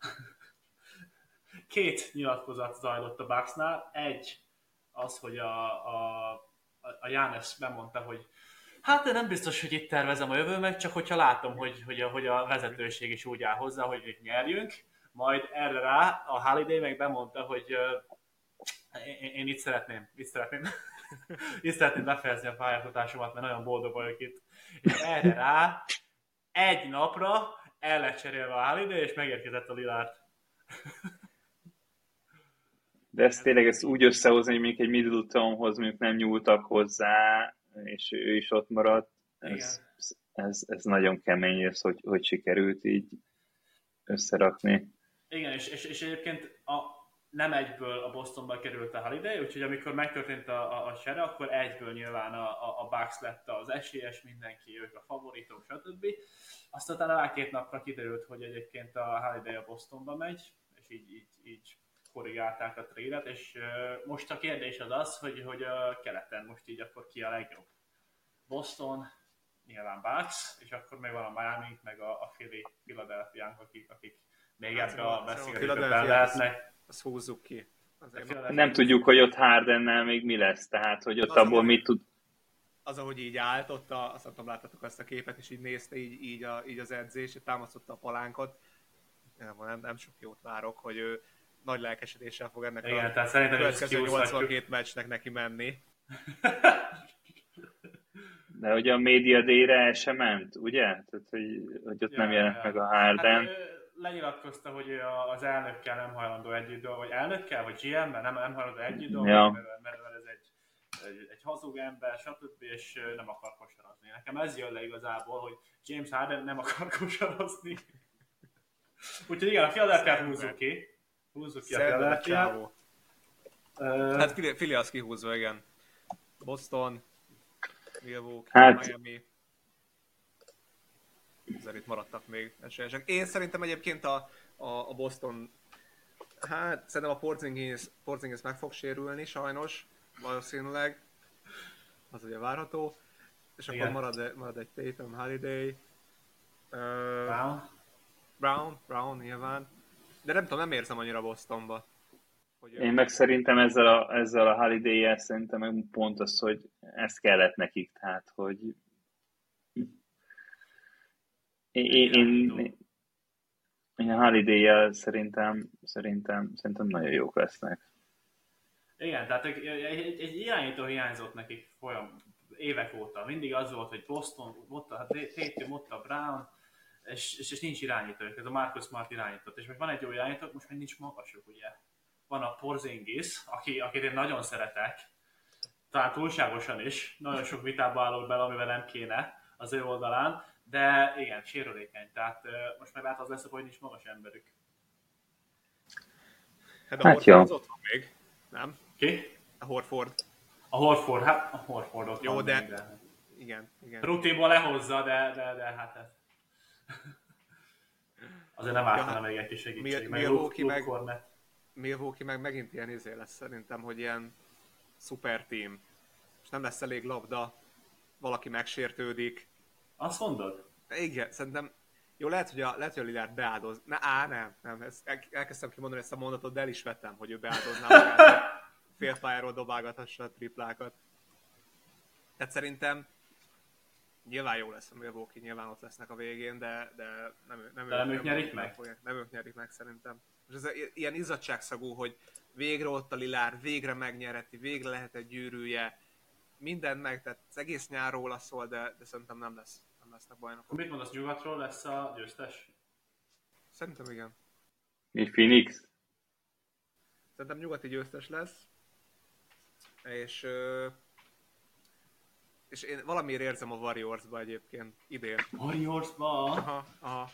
Két nyilatkozat zajlott a Bucksnál. Egy az, hogy a, a, a Giannis bemondta, hogy hát nem biztos, hogy itt tervezem a jövőmet, csak hogyha látom, hogy, hogy, a, hogy a vezetőség is úgy áll hozzá, hogy itt nyerjünk. Majd erre rá a Holiday meg bemondta, hogy uh, én, én itt szeretném, itt szeretném, itt szeretném befejezni a pályafutásomat, mert nagyon boldog vagyok itt. És erre rá egy napra el lett cserélve a Holiday, és megérkezett a Lillard. De ezt tényleg ezt úgy összehozni, hogy még egy Middletonhoz mondjuk nem nyúltak hozzá, és ő is ott maradt, ez, ez, ez nagyon kemény, ez, hogy, hogy sikerült így összerakni. Igen, és, és, és egyébként a, nem egyből a Bostonba került a Holiday, úgyhogy amikor megtörtént a, a, a csere, akkor egyből nyilván a, a, a Bucks lett az esélyes, mindenki, ők a favoritok, stb. Aztán utána rá két napra kiderült, hogy egyébként a Holiday a Bostonba megy, és így, így, így korrigálták a trade-et, és uh, most a kérdés az az, hogy, hogy a keleten most így akkor ki a legjobb. Boston, nyilván Bucks, és akkor még van a Miami, meg a, a Philly, Philadelphia, akik, akik még hát ebbe a beszélgetésben lehetnek. Azt húzzuk ki. Nem, nem tudjuk, hogy ott Hardennel még mi lesz, tehát hogy ott az abból mit tud... Az, ahogy így állt ott, a, azt nem tudom, láttatok azt a képet, és így nézte így, így, a, így az edzés, és támasztotta a palánkot. Nem, nem, nem sok jót várok, hogy ő nagy lelkesedéssel fog ennek igen, a következő nyolcvankét meccsnek neki menni. De hogy a Media Day-re el sem ment, ugye? Tehát, hogy, hogy ott ja, nem jelent ja. meg a Harden. Hát, lenyilatkozta, hogy az elnökkel nem hajlandó együtt dolgozni, vagy elnökkel, vagy gé em-mel nem, nem hajlandó együtt dolgozni, ja. mert, mert, mert ez egy, egy, egy hazug ember, stb. És nem akar kosarazni. Nekem ez jön le igazából, hogy James Harden nem akar kosarazni. Úgyhogy igen, a Philadelphia-t húzzuk ki. Húzzuk ki a Philadelphia-t. Uh, hát Philly az kihúzva, igen. Boston, Milwaukee, hát, Miami. Ezzel itt maradtak még esélyesek. Én szerintem egyébként a, a, a Boston, hát szerintem a Porzingis, Porzingis meg fog sérülni sajnos, valószínűleg. Az ugye várható. És igen. Akkor marad, marad egy Tatum, Holiday. Uh, Brown. Brown, Brown nyilván. De nem tudom, nem érzem annyira Bostonba. Én meg szerintem ezzel a, ezzel a Holiday-jel szerintem meg pont az, hogy ezt kellett nekik, tehát, hogy én, én, én a Holiday-jel szerintem, szerintem, szerintem nagyon jók lesznek. Igen, tehát egy, egy, egy irányító hiányzott nekik folyam évek óta. Mindig az volt, hogy Boston, ott a Tatum, ott a Brown, és, és, és nincs irányítójuk. Ez a Marcus Smart irányított. És most van egy jó irányító, most még nincs magasuk, ugye. Van a Porzingis, aki, akit én nagyon szeretek, talán túlságosan is, nagyon sok vitába állok bele, amivel nem kéne az ő oldalán, de igen, sérülékeny, tehát uh, most meg lát az lesz, hogy nincs magas emberük. Hát a hát Horford az ott van még, nem? Ki? A Horford. A Horford, hát a Horford ott jó, van de... még, de... Igen, igen. Rutinból lehozza, de, de, de hát ez... Azért nem ártana ja, még egy kis segítség, meg Milwaukee meg... Cornet. Milwaukee meg megint ilyen izé lesz szerintem, hogy ilyen szuper team. És nem lesz elég labda, valaki megsértődik. Azt mondod? Igen, szerintem jó, lehet, hogy a, lehet, hogy a Lillard beáldoz. Ne, á, nem, nem. Ezt el, elkezdtem kimondani ezt a mondatot, de el is vettem, hogy ő beáldozná magát, hogy félpályáról dobálgathassa a triplákat. Tehát szerintem nyilván jó lesz a Milwaukee, nyilván ott lesznek a végén, de, de nem, nem, de nem ők, ők nyerik meg? Fogják, nem ők nyerik meg szerintem. És ez ilyen izzadságszagú, hogy végre ott a Lillard, végre megnyerheti, végre lehet egy gyűrűje, minden meg, tehát az egész nyár róla szól, de, de szerintem nem lesz, nem lesznek bajnokok. Mit mondasz, nyugatról lesz a győztes? Szerintem igen. Mi Phoenix? Szerintem nyugati győztes lesz, és, és én valamiért érzem a Warriorsba egyébként idén. Warriorsba? Aha, aha.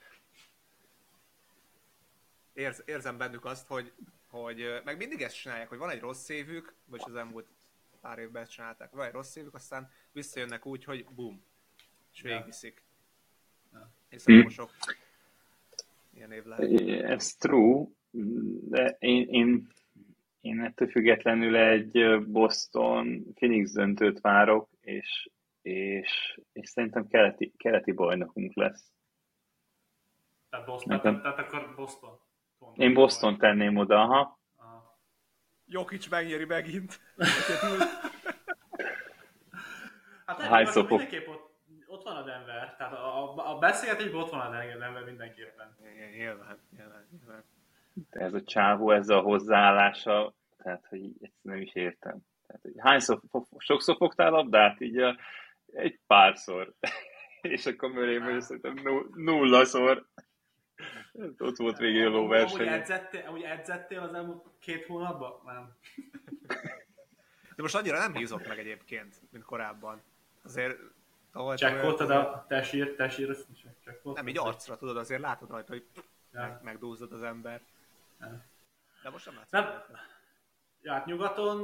Érz, érzem bennük azt, hogy, hogy meg mindig ezt csinálják, hogy van egy rossz évük, vagy az elmúlt pár évben ezt csinálták, van egy rossz évük, aztán visszajönnek úgy, hogy bum, és végigviszik. Ja. És szerintem sok ilyen év lehet. Ez true, de én, én, én ettől függetlenül egy Boston Phoenix döntőt várok, és, és, és szerintem keleti, keleti bajnokunk lesz. Tehát Boston, tehát, tehát akkor Boston. Pont Én Boston tenném oda, aha. Aha. Jokic megnyeri megint. Hát Hány nem, szopok? mindenképp ott, ott van a Denver, tehát a, a, a beszélgetésben ott van a Denver mindenképpen. Nyilván, nyilván, nyilván. De ez a csávó ezzel a hozzáállása, tehát, hogy ezt nem is értem. Tehát, hogy hányszor, sokszor fogtál labdát? Így a, egy párszor. És akkor Murray hogy szerintem nullaszor. Ott volt végig a lóverseny. Amúgy edzettél, amúgy edzettél az elmúlt két hónapban? Nem. De most annyira nem hízott meg egyébként, mint korábban. Azért... Csekkoltad a tesírt, tesírt, nem, így arcra tudod, azért látod rajta, hogy ja. meg, megdúzzad az ember. Ja. De most nem látsz. Nem. Ja, hát nyugaton...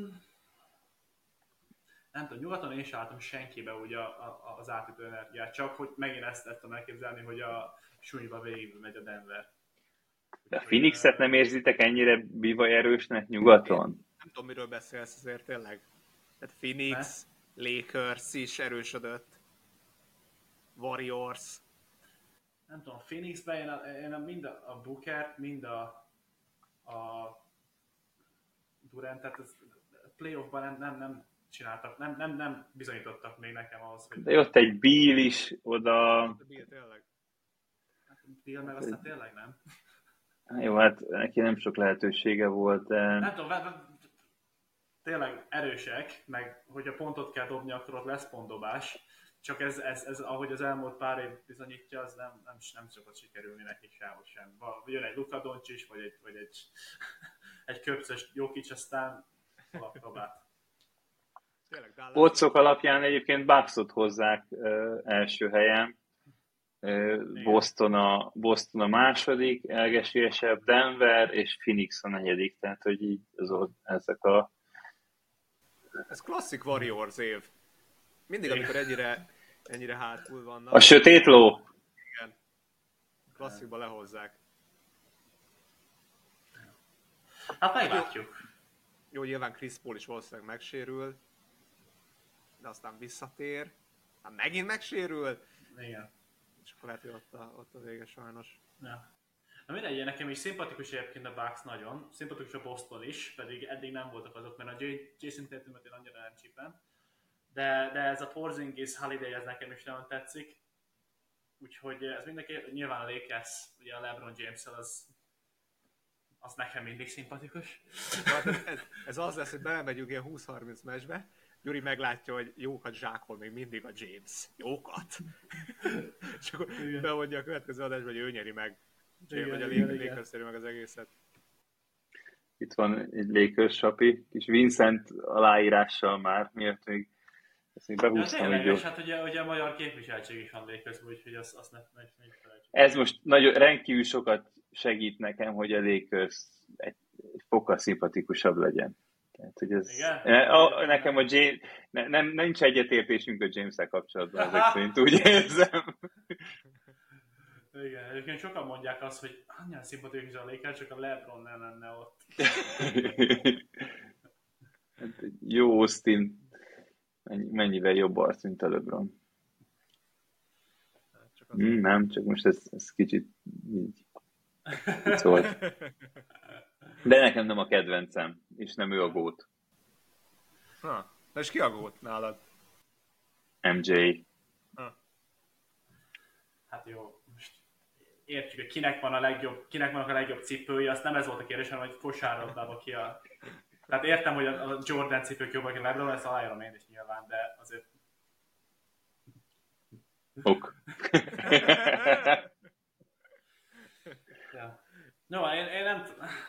Nem tudom, nyugaton én sem látom senkibe ugye a, a, az átütő energiát, csak hogy megint ezt tettem elképzelni, hogy a súlyba végig megy a Denver. De a Phoenixet nem érzitek ennyire bivaj erősnek nyugaton? Én nem tudom, miről beszélsz azért tényleg. Tehát Phoenix, ne? Lakers is erősödött. Warriors. Nem tudom, Phoenixben én, a, én a, mind a, a Bookert, mind a, a Durant, tehát a playoffban nem, nem, nem csináltak, nem, nem, nem bizonyítottak még nekem ahhoz, hogy... De ott egy Beal is oda... A Beal tényleg. Beal meg aztán tényleg nem. Jó, hát neki nem sok lehetősége volt, de... Nem tudom, tényleg erősek, meg hogyha pontot kell dobni, akkor ott lesz pontdobás. Csak ez, ez, ez ahogy az elmúlt pár év bizonyítja, az nem, nem, nem szokott sikerülni nekik sehogy sem. Jön egy Luka Doncic, vagy egy, vagy egy, egy köpcös Jokic, aztán alapkabát. Otcok alapján egyébként Bucksot hozzák uh, első helyen. Uh, Boston, a, Boston a második, legesélyesebb Denver, és Phoenix a negyedik. Tehát, hogy így az, ezek a... Ez klasszik Warriors év. Mindig, amikor ennyire, ennyire hátul vannak. A sötét ló? Igen. Klasszikba lehozzák. Hát meglátjuk. Jó, nyilván Chris Paul is valószínűleg megsérül, de aztán visszatér, hát megint megsérül. Igen. És akkor lehet, hogy ott a, ott a vége sajnos. Ja. Na mindegy, nekem is szimpatikus egyébként a Bucks nagyon, szimpatikus a Boston is, pedig eddig nem voltak azok, mert a Jason Tatumot én annyira nem csípem. De, de ez a Porzingis Holiday, ez nekem is nagyon tetszik. Úgyhogy ez mindenki, nyilván a Lakers, ugye a LeBron James-el, az, az nekem mindig szimpatikus. Hát ez, ez, ez az lesz, hogy belemegyünk ilyen húsz-harminc meccsbe, Gyuri meglátja, hogy jókat zsákol még mindig a James. Jókat. És akkor bemondja a következő adásban, hogy ő nyeri meg. James, vagy a Lakers nyeri meg az egészet. Itt van egy Lakers sapi, kis Vincent aláírással már, miért még ezt még behúztam. Ja, tényleg, hát ugye, ugye a magyar képviseltség is van Lakersből, úgyhogy azt, azt ne, ne, ne is felejtsük. Ez most nagyon rendkívül sokat segít nekem, hogy a Lakers egy, egy fokkal szimpatikusabb legyen. Tehát, hogy ez, ne, a, nekem a James, ne, nem, nincs egyetértésünk a James-el kapcsolatban, ezek szerint úgy érzem. Igen, egyébként sokan mondják azt, hogy annyira szimpatikus a Lakers, csak a LeBron nem lenne ott. Hát, jó Austin, mennyivel jobb arc, mint a LeBron. Csak hmm, nem, csak most ez, ez kicsit így, így szólt. De nekem nem a kedvencem, és nem ő a gót. Na, de és ki a gót nálad? em jé. Hát jó, most értjük, hogy kinek van a legjobb, kinek vannak a legjobb cipői, azt nem ez volt a kérdés, hanem hogy kosárlabdában ki a... Tehát értem, hogy a Jordan cipők jobbak, a LeBron, ezt aláírom én is nyilván, de azért... Ok. Ja. No, én, én nem...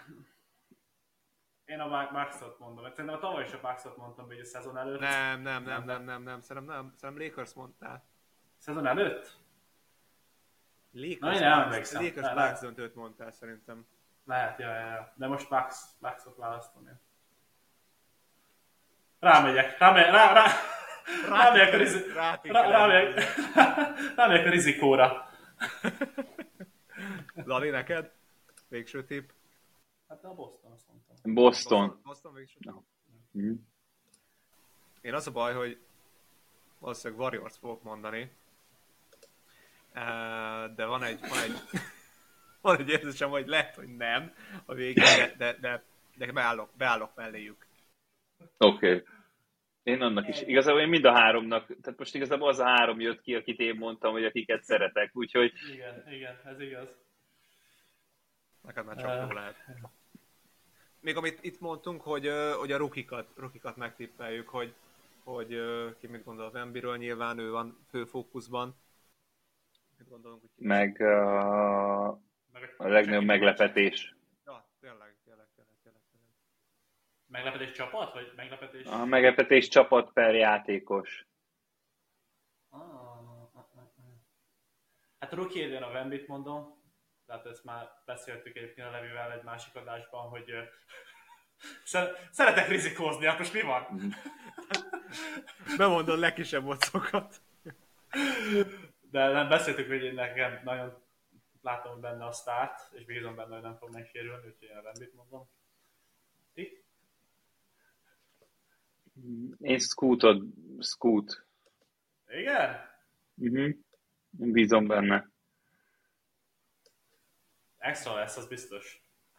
Én a Maxot mondom, szerintem a tavaly is a Maxot mondtam, hogy a szezon előtt. Nem, nem, nem, nem, nem, nem, szerintem nem, szerintem Lakers mondtál. Szezon előtt? Lakers, Na, én nem emlékszem. Lakers Bucks döntőt mondtál szerintem. Lehet, ja, ja, ja. De most Max, Maxot választom én. Rámegyek, rámegyek, rá, rá, rámegyek a, rizi, rá, rámegyek, rámegyek a rizikóra. Lali, neked? Végső tipp? Hát a Boston, azt mondtam. Boston. Boston, Boston végső tipp? No. Mm. Én az a baj, hogy valószínűleg Warriors fogok mondani. De van egy, van egy, van egy érzésem, hogy lehet, hogy nem a végén, de, de, de, de beállok, beállok melléjük. Oké. Okay. Én annak is. Igazából én mind a háromnak, tehát most igazából az a három jött ki, akit én mondtam, hogy akiket szeretek, úgyhogy... Igen, igen, ez igaz. Neked már csak uh, jó lehet. Még amit itt mondtunk, hogy, hogy a rukikat, rukikat megtippeljük, hogy, hogy ki mit gondol az Embiről, nyilván ő van fő fókuszban. Mit gondolunk, hogy ki meg uh, a legnagyobb meglepetés. Ja, tényleg, tényleg, tényleg, tényleg. Meglepetés csapat, vagy meglepetés? A meglepetés csapat per játékos. Ah, ah, ah, ah. Hát a rookie jön a Wembit mondom. Tehát ezt már beszéltük egyébként a Levivel egy másik adásban, hogy szeretek rizikózni, hát most mi van? Bemondod legkisebb mocokat. De nem beszéltük, hogy nekem nagyon látom benne a sztárt, és bízom benne, hogy nem fog megsérülni, úgyhogy én a Wembit mondom. Ti? Én Scootot, Scoot. Igen? Uh-huh. Bízom benne. Extra lesz, az biztos.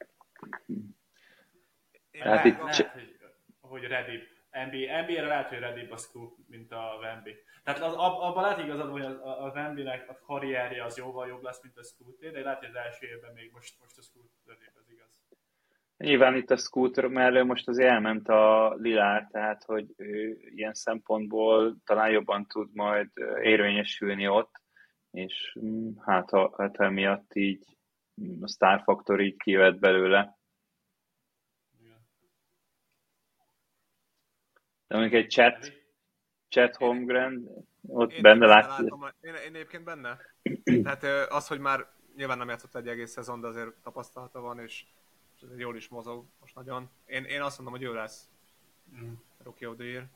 Hát lehet, itt lehet c- hogy, hogy Redib. en bé á-re lehet, hogy Redib a Scoop, mint a Wemby. Tehát az, ab, abban lehet igazad, hogy a, a Wembynek a karrierje az jóval jobb lesz, mint a Scooté, de lehet, hogy az első évben még most, most a Scoot Redib, ez igaz. Nyilván itt a Scooter mellől most azért elment a Lillard, tehát hogy ő ilyen szempontból talán jobban tud majd érvényesülni ott, és hát ha, hát emiatt így a Star Factor így kivett belőle. Igen. De mondjuk egy chat, chat Holmgren, ott én benne benne látsz. látom, én, én egyébként benne. Tehát az, hogy már nyilván nem játszott egy egész szezon, de azért tapasztalata van, és, és azért jól is mozog most nagyon. Én, én azt mondom, hogy ő lesz Mm. Rookie of the Year.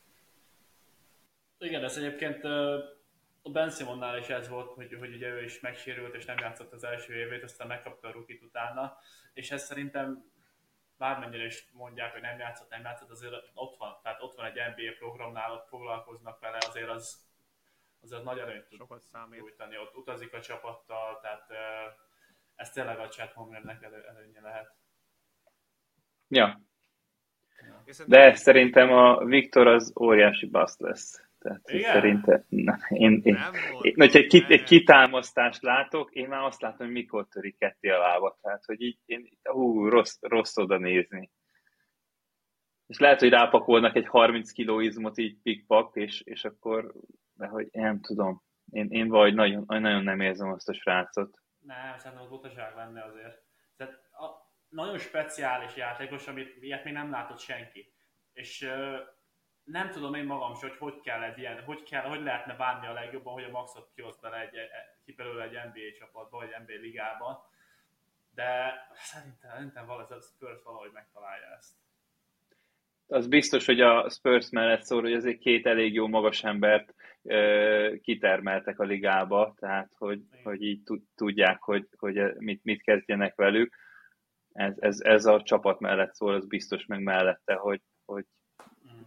Igen, ez egyébként a Ben Simonnál is ez volt, hogy, hogy ugye ő is megsérült és nem játszott az első évét, aztán megkapta a rookie-t utána, és ez szerintem bármennyire is mondják, hogy nem játszott, nem játszott, azért ott van, tehát ott van egy en bé á programnál, ott foglalkoznak vele, azért az, azért az nagy előnyt tud Sokat számít. nyújtani, ott utazik a csapattal, tehát ez tényleg a Chet Holmgrennek elő, előnye lehet. Ja. Ja. De szerintem a Viktor az óriási baszt lesz. Tehát igen? szerintem na, én, én, én, volt, hogyha egy, kit, egy nem. kitámasztást látok, én már azt látom, hogy mikor törik ketté a lába. Tehát, hogy így, én, hú, rossz, rossz oda nézni. És lehet, hogy rápakolnak egy harminc kiló izmot így pikpak, és, és akkor, de hogy én nem tudom. Én, én vagy nagyon, nagyon nem érzem azt a srácot. Nem, szerintem az butaság lenne azért. Tehát a, nagyon speciális játékos, amit ilyet még nem látott senki. És uh, nem tudom én magam is, hogy hogy kell egy ilyen, hogy, kell, hogy lehetne bánni a legjobban, hogy a Maxot kihoz bele egy, ki belőle egy en bé á csapatba, vagy en bé á ligában. De szerintem, szerintem valahogy a Spurs valahogy megtalálja ezt. Az biztos, hogy a Spurs mellett szól, hogy azért két elég jó magas embert uh, kitermeltek a ligába, tehát hogy, hogy így tudják, hogy, hogy mit, mit kezdjenek velük. Ez, ez, ez a csapat mellett szól, az biztos meg mellette, hogy, hogy Mm.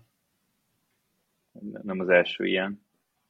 nem az első ilyen.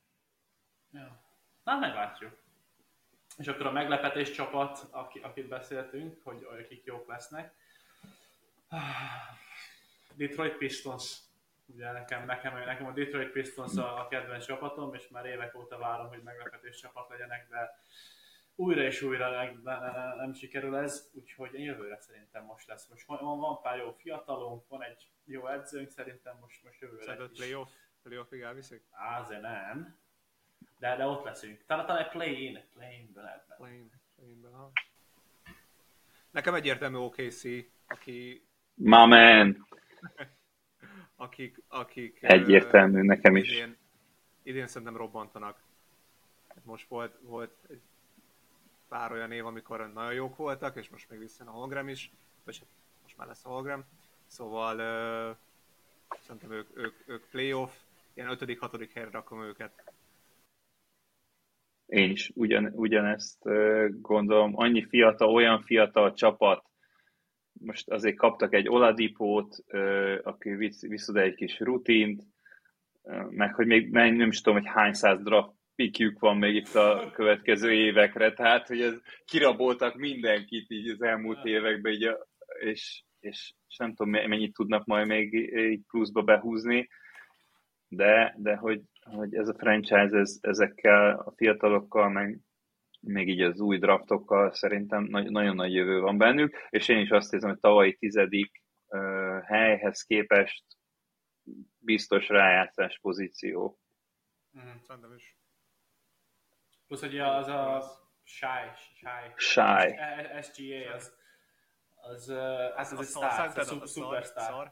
Ja. Na, meglátjuk. És akkor a meglepetés csapat, aki, akit beszéltünk, hogy akik jók lesznek. Detroit Pistons. Ugye nekem, nekem, nekem a Detroit Pistons a kedvenc csapatom, és már évek óta várom, hogy meglepetés csapat legyenek, de újra és újra nem, nem, nem sikerül ez, úgyhogy jövőre szerintem most lesz. Most van, van pár jó fiatalunk, van egy jó edzőnk, szerintem most, most jövőre Szerinted is. playoff, playoffig elviszik? Á, azért nem. De, de ott leszünk. Talán, talán egy play-in, play-inben lehetne. Play-in, play-inben, ha. Nekem egyértelmű o ká cé, aki... My man! akik, akik Egyértelmű, nekem is. Idén, idén szerintem robbantanak. Most volt, volt egy pár olyan év, amikor nagyon jók voltak, és most még visszajön a Holmgren is, vagy most már lesz a Holmgren. Szóval uh, szerintem ők, ők, ők playoff, ilyen ötödik-hatodik helyre rakom őket. Én is ugyan, ugyanezt uh, gondolom. Annyi fiatal, olyan fiatal csapat, most azért kaptak egy Oladipót, uh, aki visz, viszod egy kis rutint, uh, meg hogy még nem is tudom, hogy hány száz draft pickjük van még itt a következő évekre, tehát hogy ez kiraboltak mindenkit így az elmúlt években, így a, és, és, és nem tudom mennyit tudnak majd még így pluszba behúzni, de, de hogy, hogy ez a franchise ez, ezekkel a fiatalokkal, meg még így az új draftokkal szerintem nagy, nagyon nagy jövő van bennük, és én is azt hiszem, hogy tavalyi tizedik uh, helyhez képest biztos rájátszás pozíció. Mm, szerintem is. Plusz, hogy az a Shy, Shy, Shy. es gé á, az, az, az, az egy sztár, az egy szupersztár.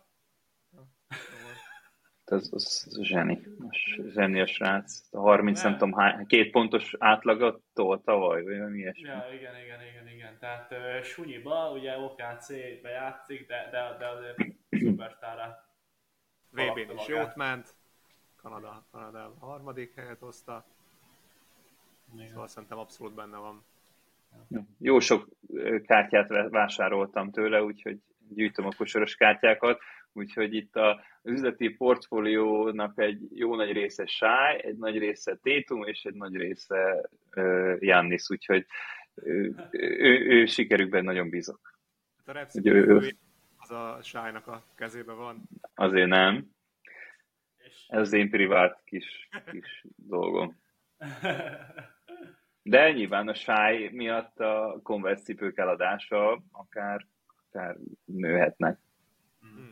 Az, az zseni, az zseni a srác. A harminc, nem tudom, hány, két pontos átlagottól tavaly, vagy mi ilyesmi. Ja, igen, igen, igen, igen. Tehát uh, sunyiba, ugye o ká cé-be játszik, de, de, de azért szupersztárra. vé bén is jót ment, Kanada, Kanada a harmadik helyet hozta. Igen. Szóval szerintem abszolút benne van. Jó sok kártyát vásároltam tőle, úgyhogy gyűjtöm a kosaros kártyákat, úgyhogy itt az üzleti portfóliónak egy jó nagy része Shy, egy nagy része Tatum és egy nagy része Giannis, úgyhogy ő, ő, ő sikerükben nagyon bízok. Hát a repszikő az a Shy-nak a kezében van. Azért nem. Ez az én privát kis, kis dolgom. De nyilván a Shy miatt a Converse cipők eladása akár, akár nőhetnek. Mm.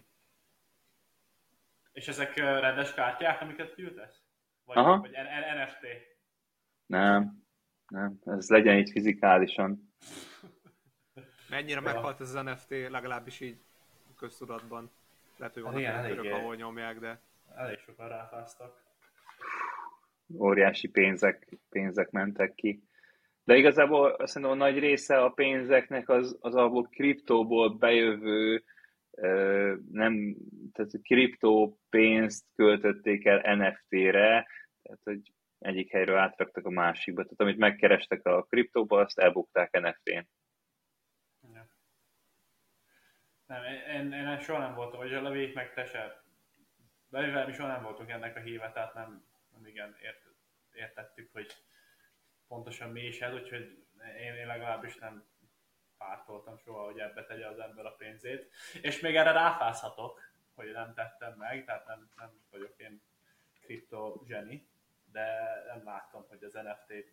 És ezek rendes kártyák, amiket küldesz? Vagy, Aha. vagy en ef té? Nem, nem. Ez legyen így fizikálisan. Mennyire meghalt ez az en ef té, legalábbis így köztudatban. Lehet, hogy vannak olyan körök, ahol nyomják, de... Elég sokan ráfáztak. Óriási pénzek, pénzek mentek ki. De igazából szerintem a nagy része a pénzeknek az, az abból kriptóból bejövő, nem, tehát kriptó pénzt költötték el en ef té-re, tehát hogy egyik helyről átraktak a másikba. Tehát amit megkerestek a kriptóba, azt elbukták en ef té-n. Ja. Nem, én, én soha nem voltam, vagy a levék meg te se. De mivel mi soha nem voltunk ennek a híve, tehát nem, nem igen ért, értettük, hogy pontosan mi is ez, úgyhogy én, én legalábbis nem pártoltam soha, hogy ebbe tegye az ember a pénzét. És még erre ráfázhatok, hogy nem tettem meg, tehát nem, nem vagyok én kripto zseni, de nem láttam, hogy az en ef té...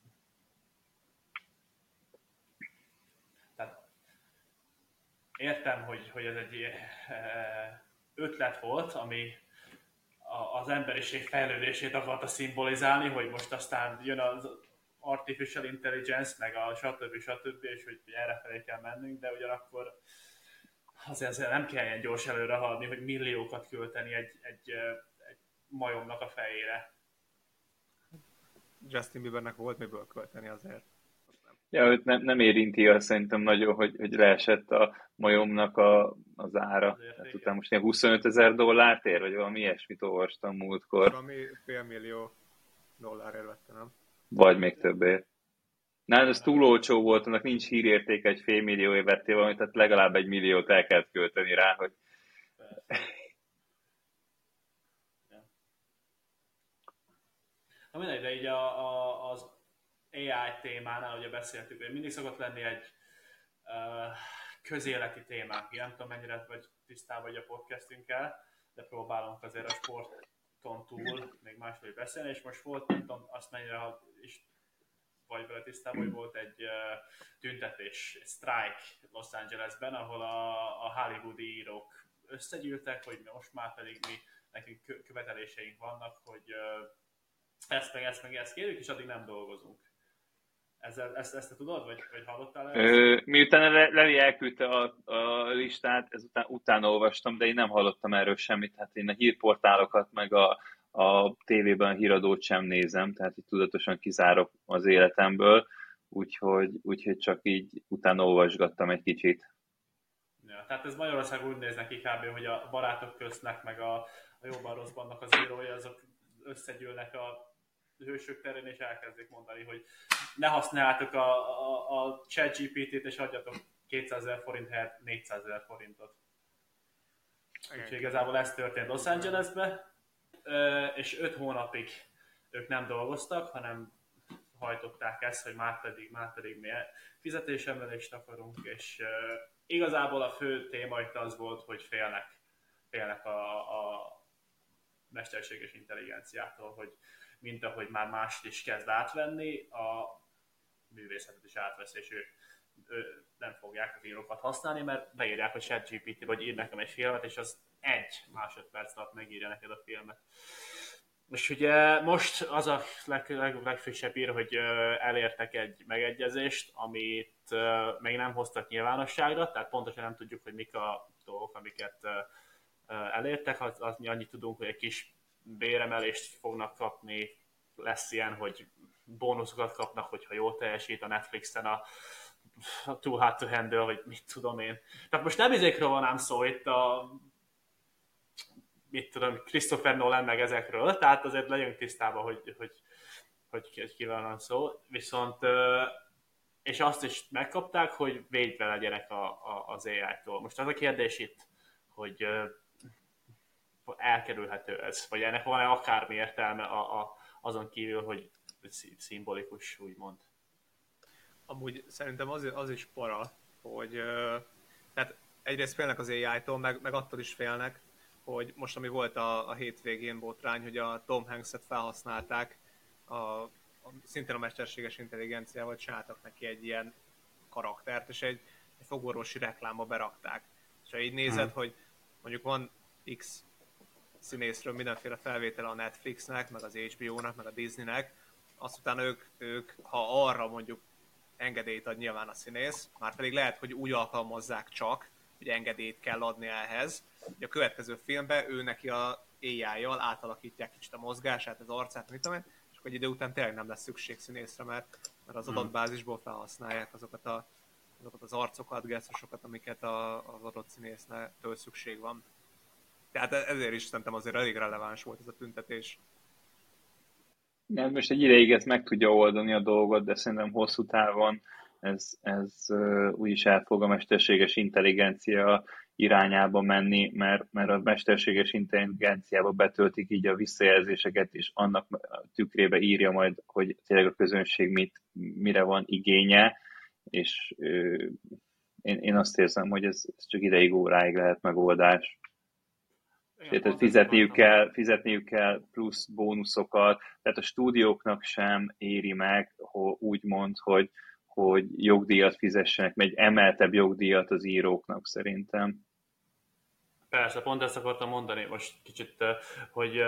Tehát értem, hogy, hogy ez egy ötlet volt, ami az emberiség fejlődését akarta szimbolizálni, hogy most aztán jön az artificial intelligence, meg a stb. stb. És hogy erre felé kell mennünk, de ugyanakkor azért, azért nem kell ilyen gyors előre haladni, hogy milliókat költeni egy, egy, egy majomnak a fejére. Justin Biebernek volt miből költeni azért. Ja, őt nem, nem érinti azt szerintem nagyon, hogy, hogy leesett a majomnak a, az ára. Tehát utána most ilyen huszonöt ezer dollárt ér, vagy valami ilyesmit olvastam múltkor. Valami félmillió dollárért vette, nem? Vagy még többért. Nem, ez túl olcsó volt, annak nincs hírértéke, egy fél millióért vettél valamit, tehát legalább egy milliót el kellett költeni rá, hogy... Na mindegy, de így a, a, az á i témánál, ugye beszéltük, hogy mindig szokott lenni egy uh, közéleti témánk. Nem tudom, mennyire vagy tisztában vagy a podcastünkkel, de próbálunk azért a sporton túl még másról beszélni, és most volt, nem tudom, azt mennyire is vagy vele tisztában, hogy volt egy uh, tüntetés, egy strike Los Angelesben, ahol a, a hollywoodi írók összegyűltek, hogy most már pedig mi, nekünk követeléseink vannak, hogy uh, ezt meg ezt meg ezt kérjük, és addig nem dolgozunk. Ezzel, ezt, ezt te tudod, vagy, vagy hallottál el? Miután Levi elküldte a, a listát, ezután utána olvastam, de én nem hallottam erről semmit. Hát én a hírportálokat, meg a, a tévében a híradót sem nézem, tehát így tudatosan kizárok az életemből, úgyhogy, úgyhogy csak így utána olvasgattam egy kicsit. Ja, tehát ez Magyarország úgy néz neki kb., hogy a barátok köznek, meg a, a jobban rosszbannak az írói, azok összegyűlnek a hősök terén, és elkezdik mondani, hogy ne használjátok a, a, a ChatGPT-t, és adjatok kétszázezer forint helyett négyszázezer forintot. Úgyhogy igazából ez történt Los Angelesben, és öt hónapig ők nem dolgoztak, hanem hajtották ezt, hogy már pedig, már pedig mi fizetésemelést akarunk, és igazából a fő téma itt az volt, hogy félnek, félnek a, a mesterséges intelligenciától, hogy mint ahogy már mást is kezd átvenni, a művészetet is átvesz, és ők ő, nem fogják az írókat használni, mert beírják a ChatGPT, vagy ír nekem egy filmet, és az egy másodperc alatt megírja neked a filmet. És ugye most az a leg, leg, legfrissebb ír, hogy elértek egy megegyezést, amit még nem hoztak nyilvánosságra, tehát pontosan nem tudjuk, hogy mik a dolgok, amiket elértek, az, az annyit tudunk, hogy egy kis béremelést fognak kapni, lesz ilyen, hogy bónuszokat kapnak, hogyha jól teljesít a Netflixen a, a Too Hard to Handle, vagy mit tudom én. Tehát most nem izékről van ám szó itt a mit tudom, Christopher Nolan meg ezekről, tehát azért legyünk tisztában, hogy, hogy, hogy kivel van szó, viszont és azt is megkapták, hogy védve legyenek a, a, az á í-tól. Most az a kérdés itt, hogy elkerülhető ez, vagy ennek van-e akármi értelme a, a, azon kívül, hogy szimbolikus, úgymond. Amúgy szerintem az, az is para, hogy tehát egyrészt félnek az á í-tól, meg, meg attól is félnek, hogy most ami volt a, a hétvégén botrány, hogy a Tom Hanks-et felhasználták, a, a, szintén a mesterséges intelligenciával csináltak neki egy ilyen karaktert, és egy, egy fogorvosi reklámba berakták. És ha így nézed, hmm. hogy mondjuk van X színészről mindenféle felvétele a Netflixnek, meg az há bé ó-nak, meg a Disneynek, azt utána ők, ők, ha arra mondjuk engedélyt ad nyilván a színész, már pedig lehet, hogy úgy alkalmazzák csak, hogy engedélyt kell adni ehhez, hogy a következő filmben ő neki a á í-jal átalakítják kicsit a mozgását, az arcát, mit tudom én, és akkor egy idő után tényleg nem lesz szükség színészre, mert, mert az adatbázisból felhasználják azokat, a, azokat az arcokat, gesztusokat, amiket a, az adott színésznől szükség van. Tehát ezért is szerintem azért elég releváns volt ez a tüntetés. Nem, most egy ideig ez meg tudja oldani a dolgot, de szerintem hosszú távon ez, ez uh, úgyis el fog a mesterséges intelligencia irányába menni, mert, mert a mesterséges intelligenciába betöltik így a visszajelzéseket, és annak tükrébe írja majd, hogy tényleg a közönség mit, mire van igénye, és uh, én, én azt érzem, hogy ez, ez csak ideig, óráig lehet megoldás. Igen, tehát fizetniük kell, fizetniük kell plusz bónuszokat, tehát a stúdióknak sem éri meg, hogy úgy mond, hogy, hogy jogdíjat fizessenek, egy emeltebb jogdíjat az íróknak szerintem. Persze, pont ezt akartam mondani most kicsit, hogy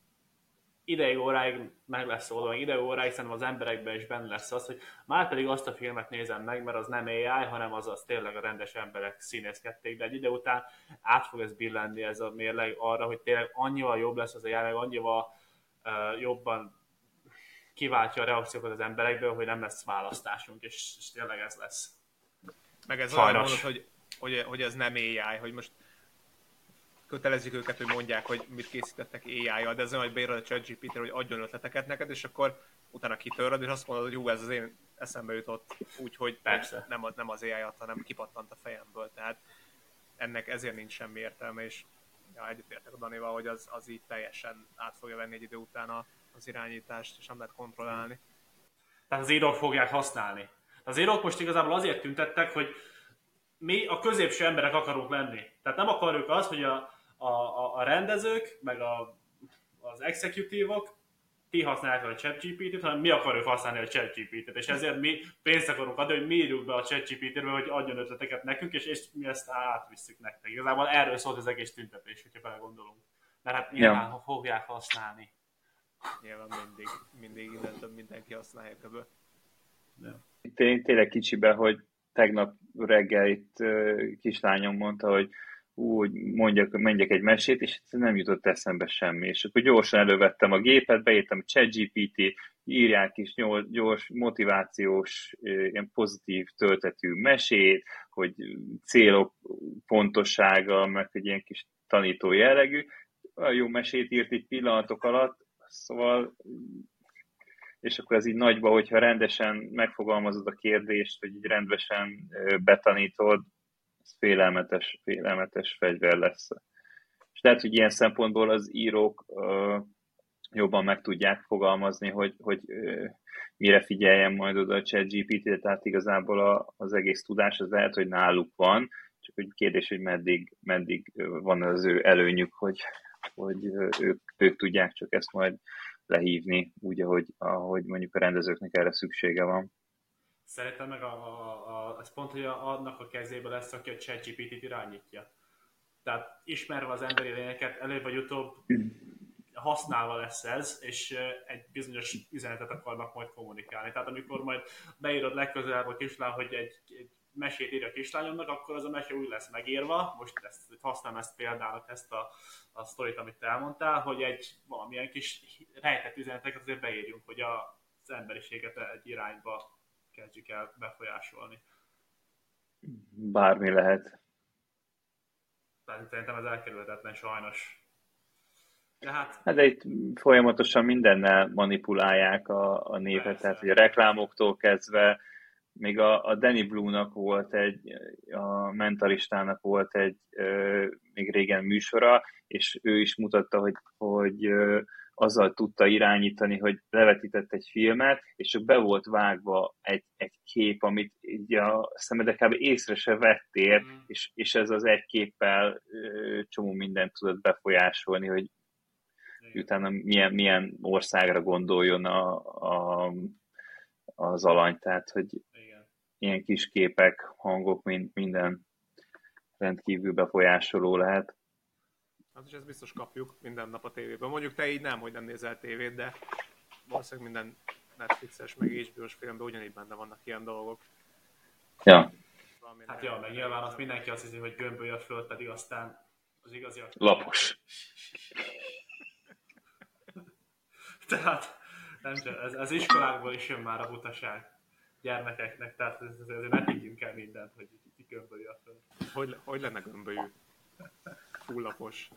ideig óráig meg lesz oldva, ideig óráig szerintem az emberekben is benne lesz az, hogy már pedig azt a filmet nézem meg, mert az nem á í, hanem az, az tényleg a rendes emberek színészkedték, de egy ide után át fog ez billenni ez a mérleg arra, hogy tényleg annyival jobb lesz az á í, meg annyival uh, jobban kiváltja a reakciókat az emberekből, hogy nem lesz választásunk, és, és tényleg ez lesz. Meg ez olyan mondod, hogy, hogy, hogy ez nem á í, hogy most kötelezik őket, hogy mondják, hogy mit készítettek á í-jal, de ez olyan, hogy beírod a ChatGPT-re, hogy adjon ötleteket neked, és akkor utána kitöröd, és azt mondod, hogy hú, ez az én eszembe jutott, úgyhogy nem, nem az á í adta, hanem kipattant a fejemből. Tehát ennek ezért nincs semmi értelme, és ja, egyetértek a Danival, hogy az, az így teljesen át fogja venni egy idő után az irányítást, és nem lehet kontrollálni. Tehát az írók fogják használni. Az írók most igazából azért tüntettek, hogy mi a középső emberek akarunk lenni. Tehát nem akarjuk azt, hogy a, a, a, a rendezők, meg a, az executívok, ti használjátok a ChatGPT-t, hanem mi akarjuk használni a ChatGPT-t, és ezért mi pénzt akarunk adni, hogy mi írjuk be a ChatGPT-be, hogy adjon ötleteket nekünk, és, és mi ezt átvisszük nektek. Igazából erről szólt az egész tüntetés, hogyha belegondolunk. Mert hát nyilván ja. fogják használni. Nyilván mindig, mindig innen több mindenki használja köbben. Ja. Én tényleg kicsibe, hogy tegnap reggel itt kislányom mondta, hogy úgy mondjak, mondjak egy mesét, és nem jutott eszembe semmi. És akkor gyorsan elővettem a gépet, beírtam a ChatGPT, írják is gyors, motivációs, ilyen pozitív töltetű mesét, hogy célok pontossága, meg egy ilyen kis tanító jellegű. Olyan jó mesét írt itt pillanatok alatt, szóval, és akkor ez így nagyba, hogyha rendesen megfogalmazod a kérdést, vagy így rendesen betanítod, ez félelmetes, félelmetes fegyver lesz. És lehet, hogy ilyen szempontból az írók uh, jobban meg tudják fogalmazni, hogy, hogy uh, mire figyeljen majd oda a ChatGPT-re, tehát igazából a, az egész tudás az lehet, hogy náluk van, csak hogy kérdés, hogy meddig, meddig van az ő előnyük, hogy, hogy ők, ők tudják csak ezt majd lehívni, úgy, ahogy, ahogy mondjuk a rendezőknek erre szüksége van. Szerintem meg a, a, a, az pont, hogy annak a kezébe lesz, aki a ChatGPT-t irányítja. Tehát ismerve az emberi lényeket, előbb vagy utóbb használva lesz ez, és egy bizonyos üzenetet akarnak majd kommunikálni. Tehát amikor majd beírod legközelebb a kislány, hogy egy, egy mesét ír a kislányomnak, akkor az a mese úgy lesz megírva, most ezt, használom ezt példának, ezt a, a sztorit, amit te elmondtál, hogy egy valamilyen kis rejtett üzeneteket azért beírjunk, hogy a, az emberiséget egy irányba kezdjük el befolyásolni. Bármi lehet. Tehát szerintem ez elkerülhetetlen sajnos. De hát... hát de itt folyamatosan mindennel manipulálják a, a népet, persze. Tehát hogy a reklámoktól kezdve, még a, a Danny Blue-nak volt egy, a Mentalistának volt egy ö, még régen műsora, és ő is mutatta, hogy, hogy ö, azzal tudta irányítani, hogy levetített egy filmet, és csak be volt vágva egy, egy kép, amit így a szemedek észre se vettél, mm. és, és ez az egy képpel ö, csomó mindent tudott befolyásolni, hogy igen. Utána milyen, milyen országra gondoljon a, a, az alany, tehát hogy igen. Ilyen kis képek, hangok, mind, minden rendkívül befolyásoló lehet. Hát és ezt biztos kapjuk minden nap a tévében. Mondjuk te így nem, hogy nem nézel tévét, de valószínűleg minden Netflixes, meg há bé ó-s filmben ugyanígy benne vannak ilyen dolgok. Ja. Hát ja, meg nyilván azt mindenki azt hiszi, hogy gömbölj a föld, pedig aztán az igazi... Lapos. Tehát nem csak, ez, ez iskolákból is jön már a butaság gyermekeknek, tehát ezért ne higgyünk el mindent, hogy itt gömbölj a föld. Hogy, hogy lenne gömbölyű? Fullapos.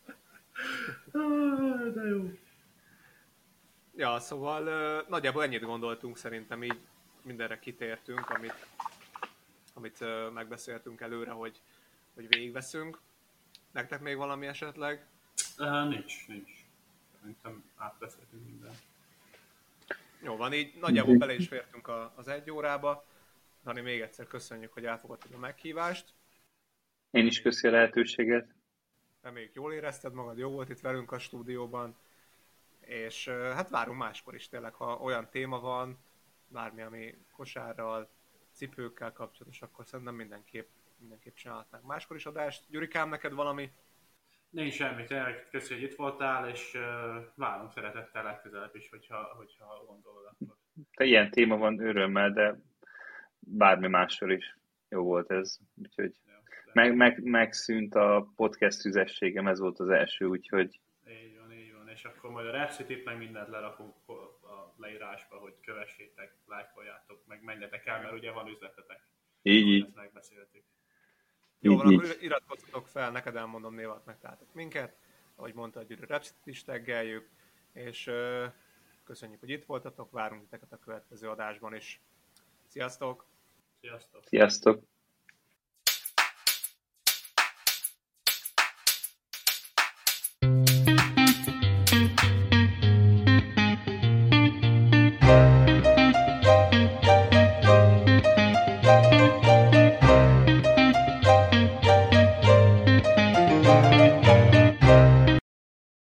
De jó. Ja, szóval uh, nagyjából ennyit gondoltunk, szerintem így mindenre kitértünk, amit, amit uh, megbeszéltünk előre, hogy, hogy végigveszünk. Nektek még valami esetleg? Uh, nincs, nincs. Szerintem átbeszéltünk mindent. Jó van, így nagyjából bele is fértünk a, az egy órába. Dani, még egyszer köszönjük, hogy elfogadtad a meghívást. Én is köszi a lehetőséget. Reméljük jól érezted magad, jó volt itt velünk a stúdióban, és hát várunk máskor is tényleg, ha olyan téma van, bármi, ami kosárral, cipőkkel kapcsolatos, akkor szerintem mindenképp, mindenképp csinálhatnánk máskor is adást. Gyurikám, neked valami? Nincs semmi, tényleg köszönjük, hogy itt voltál, és uh, várunk szeretettel legközelebb is, hogyha, hogyha gondolod akkor. Te ilyen téma van örömmel, de bármi mással is jó volt ez, úgyhogy meg, meg, megszűnt a podcast tüzességem, ez volt az első, úgyhogy... Így van, így van, és akkor majd a Rhapsody-t meg mindent lerakunk a leírásba, hogy kövessétek, lájkoljátok, meg menjetek el, mert ugye van üzletetek. Így, így. Ezt megbeszéltük. Jó van, akkor iratkozzatok fel, neked elmondom, név megtaláltok minket, ahogy mondta, hogy a Rhapsody-t is taggeljük, és uh, köszönjük, hogy itt voltatok, várunk titeket a következő adásban is. Sziasztok! Sziasztok! Sziasztok!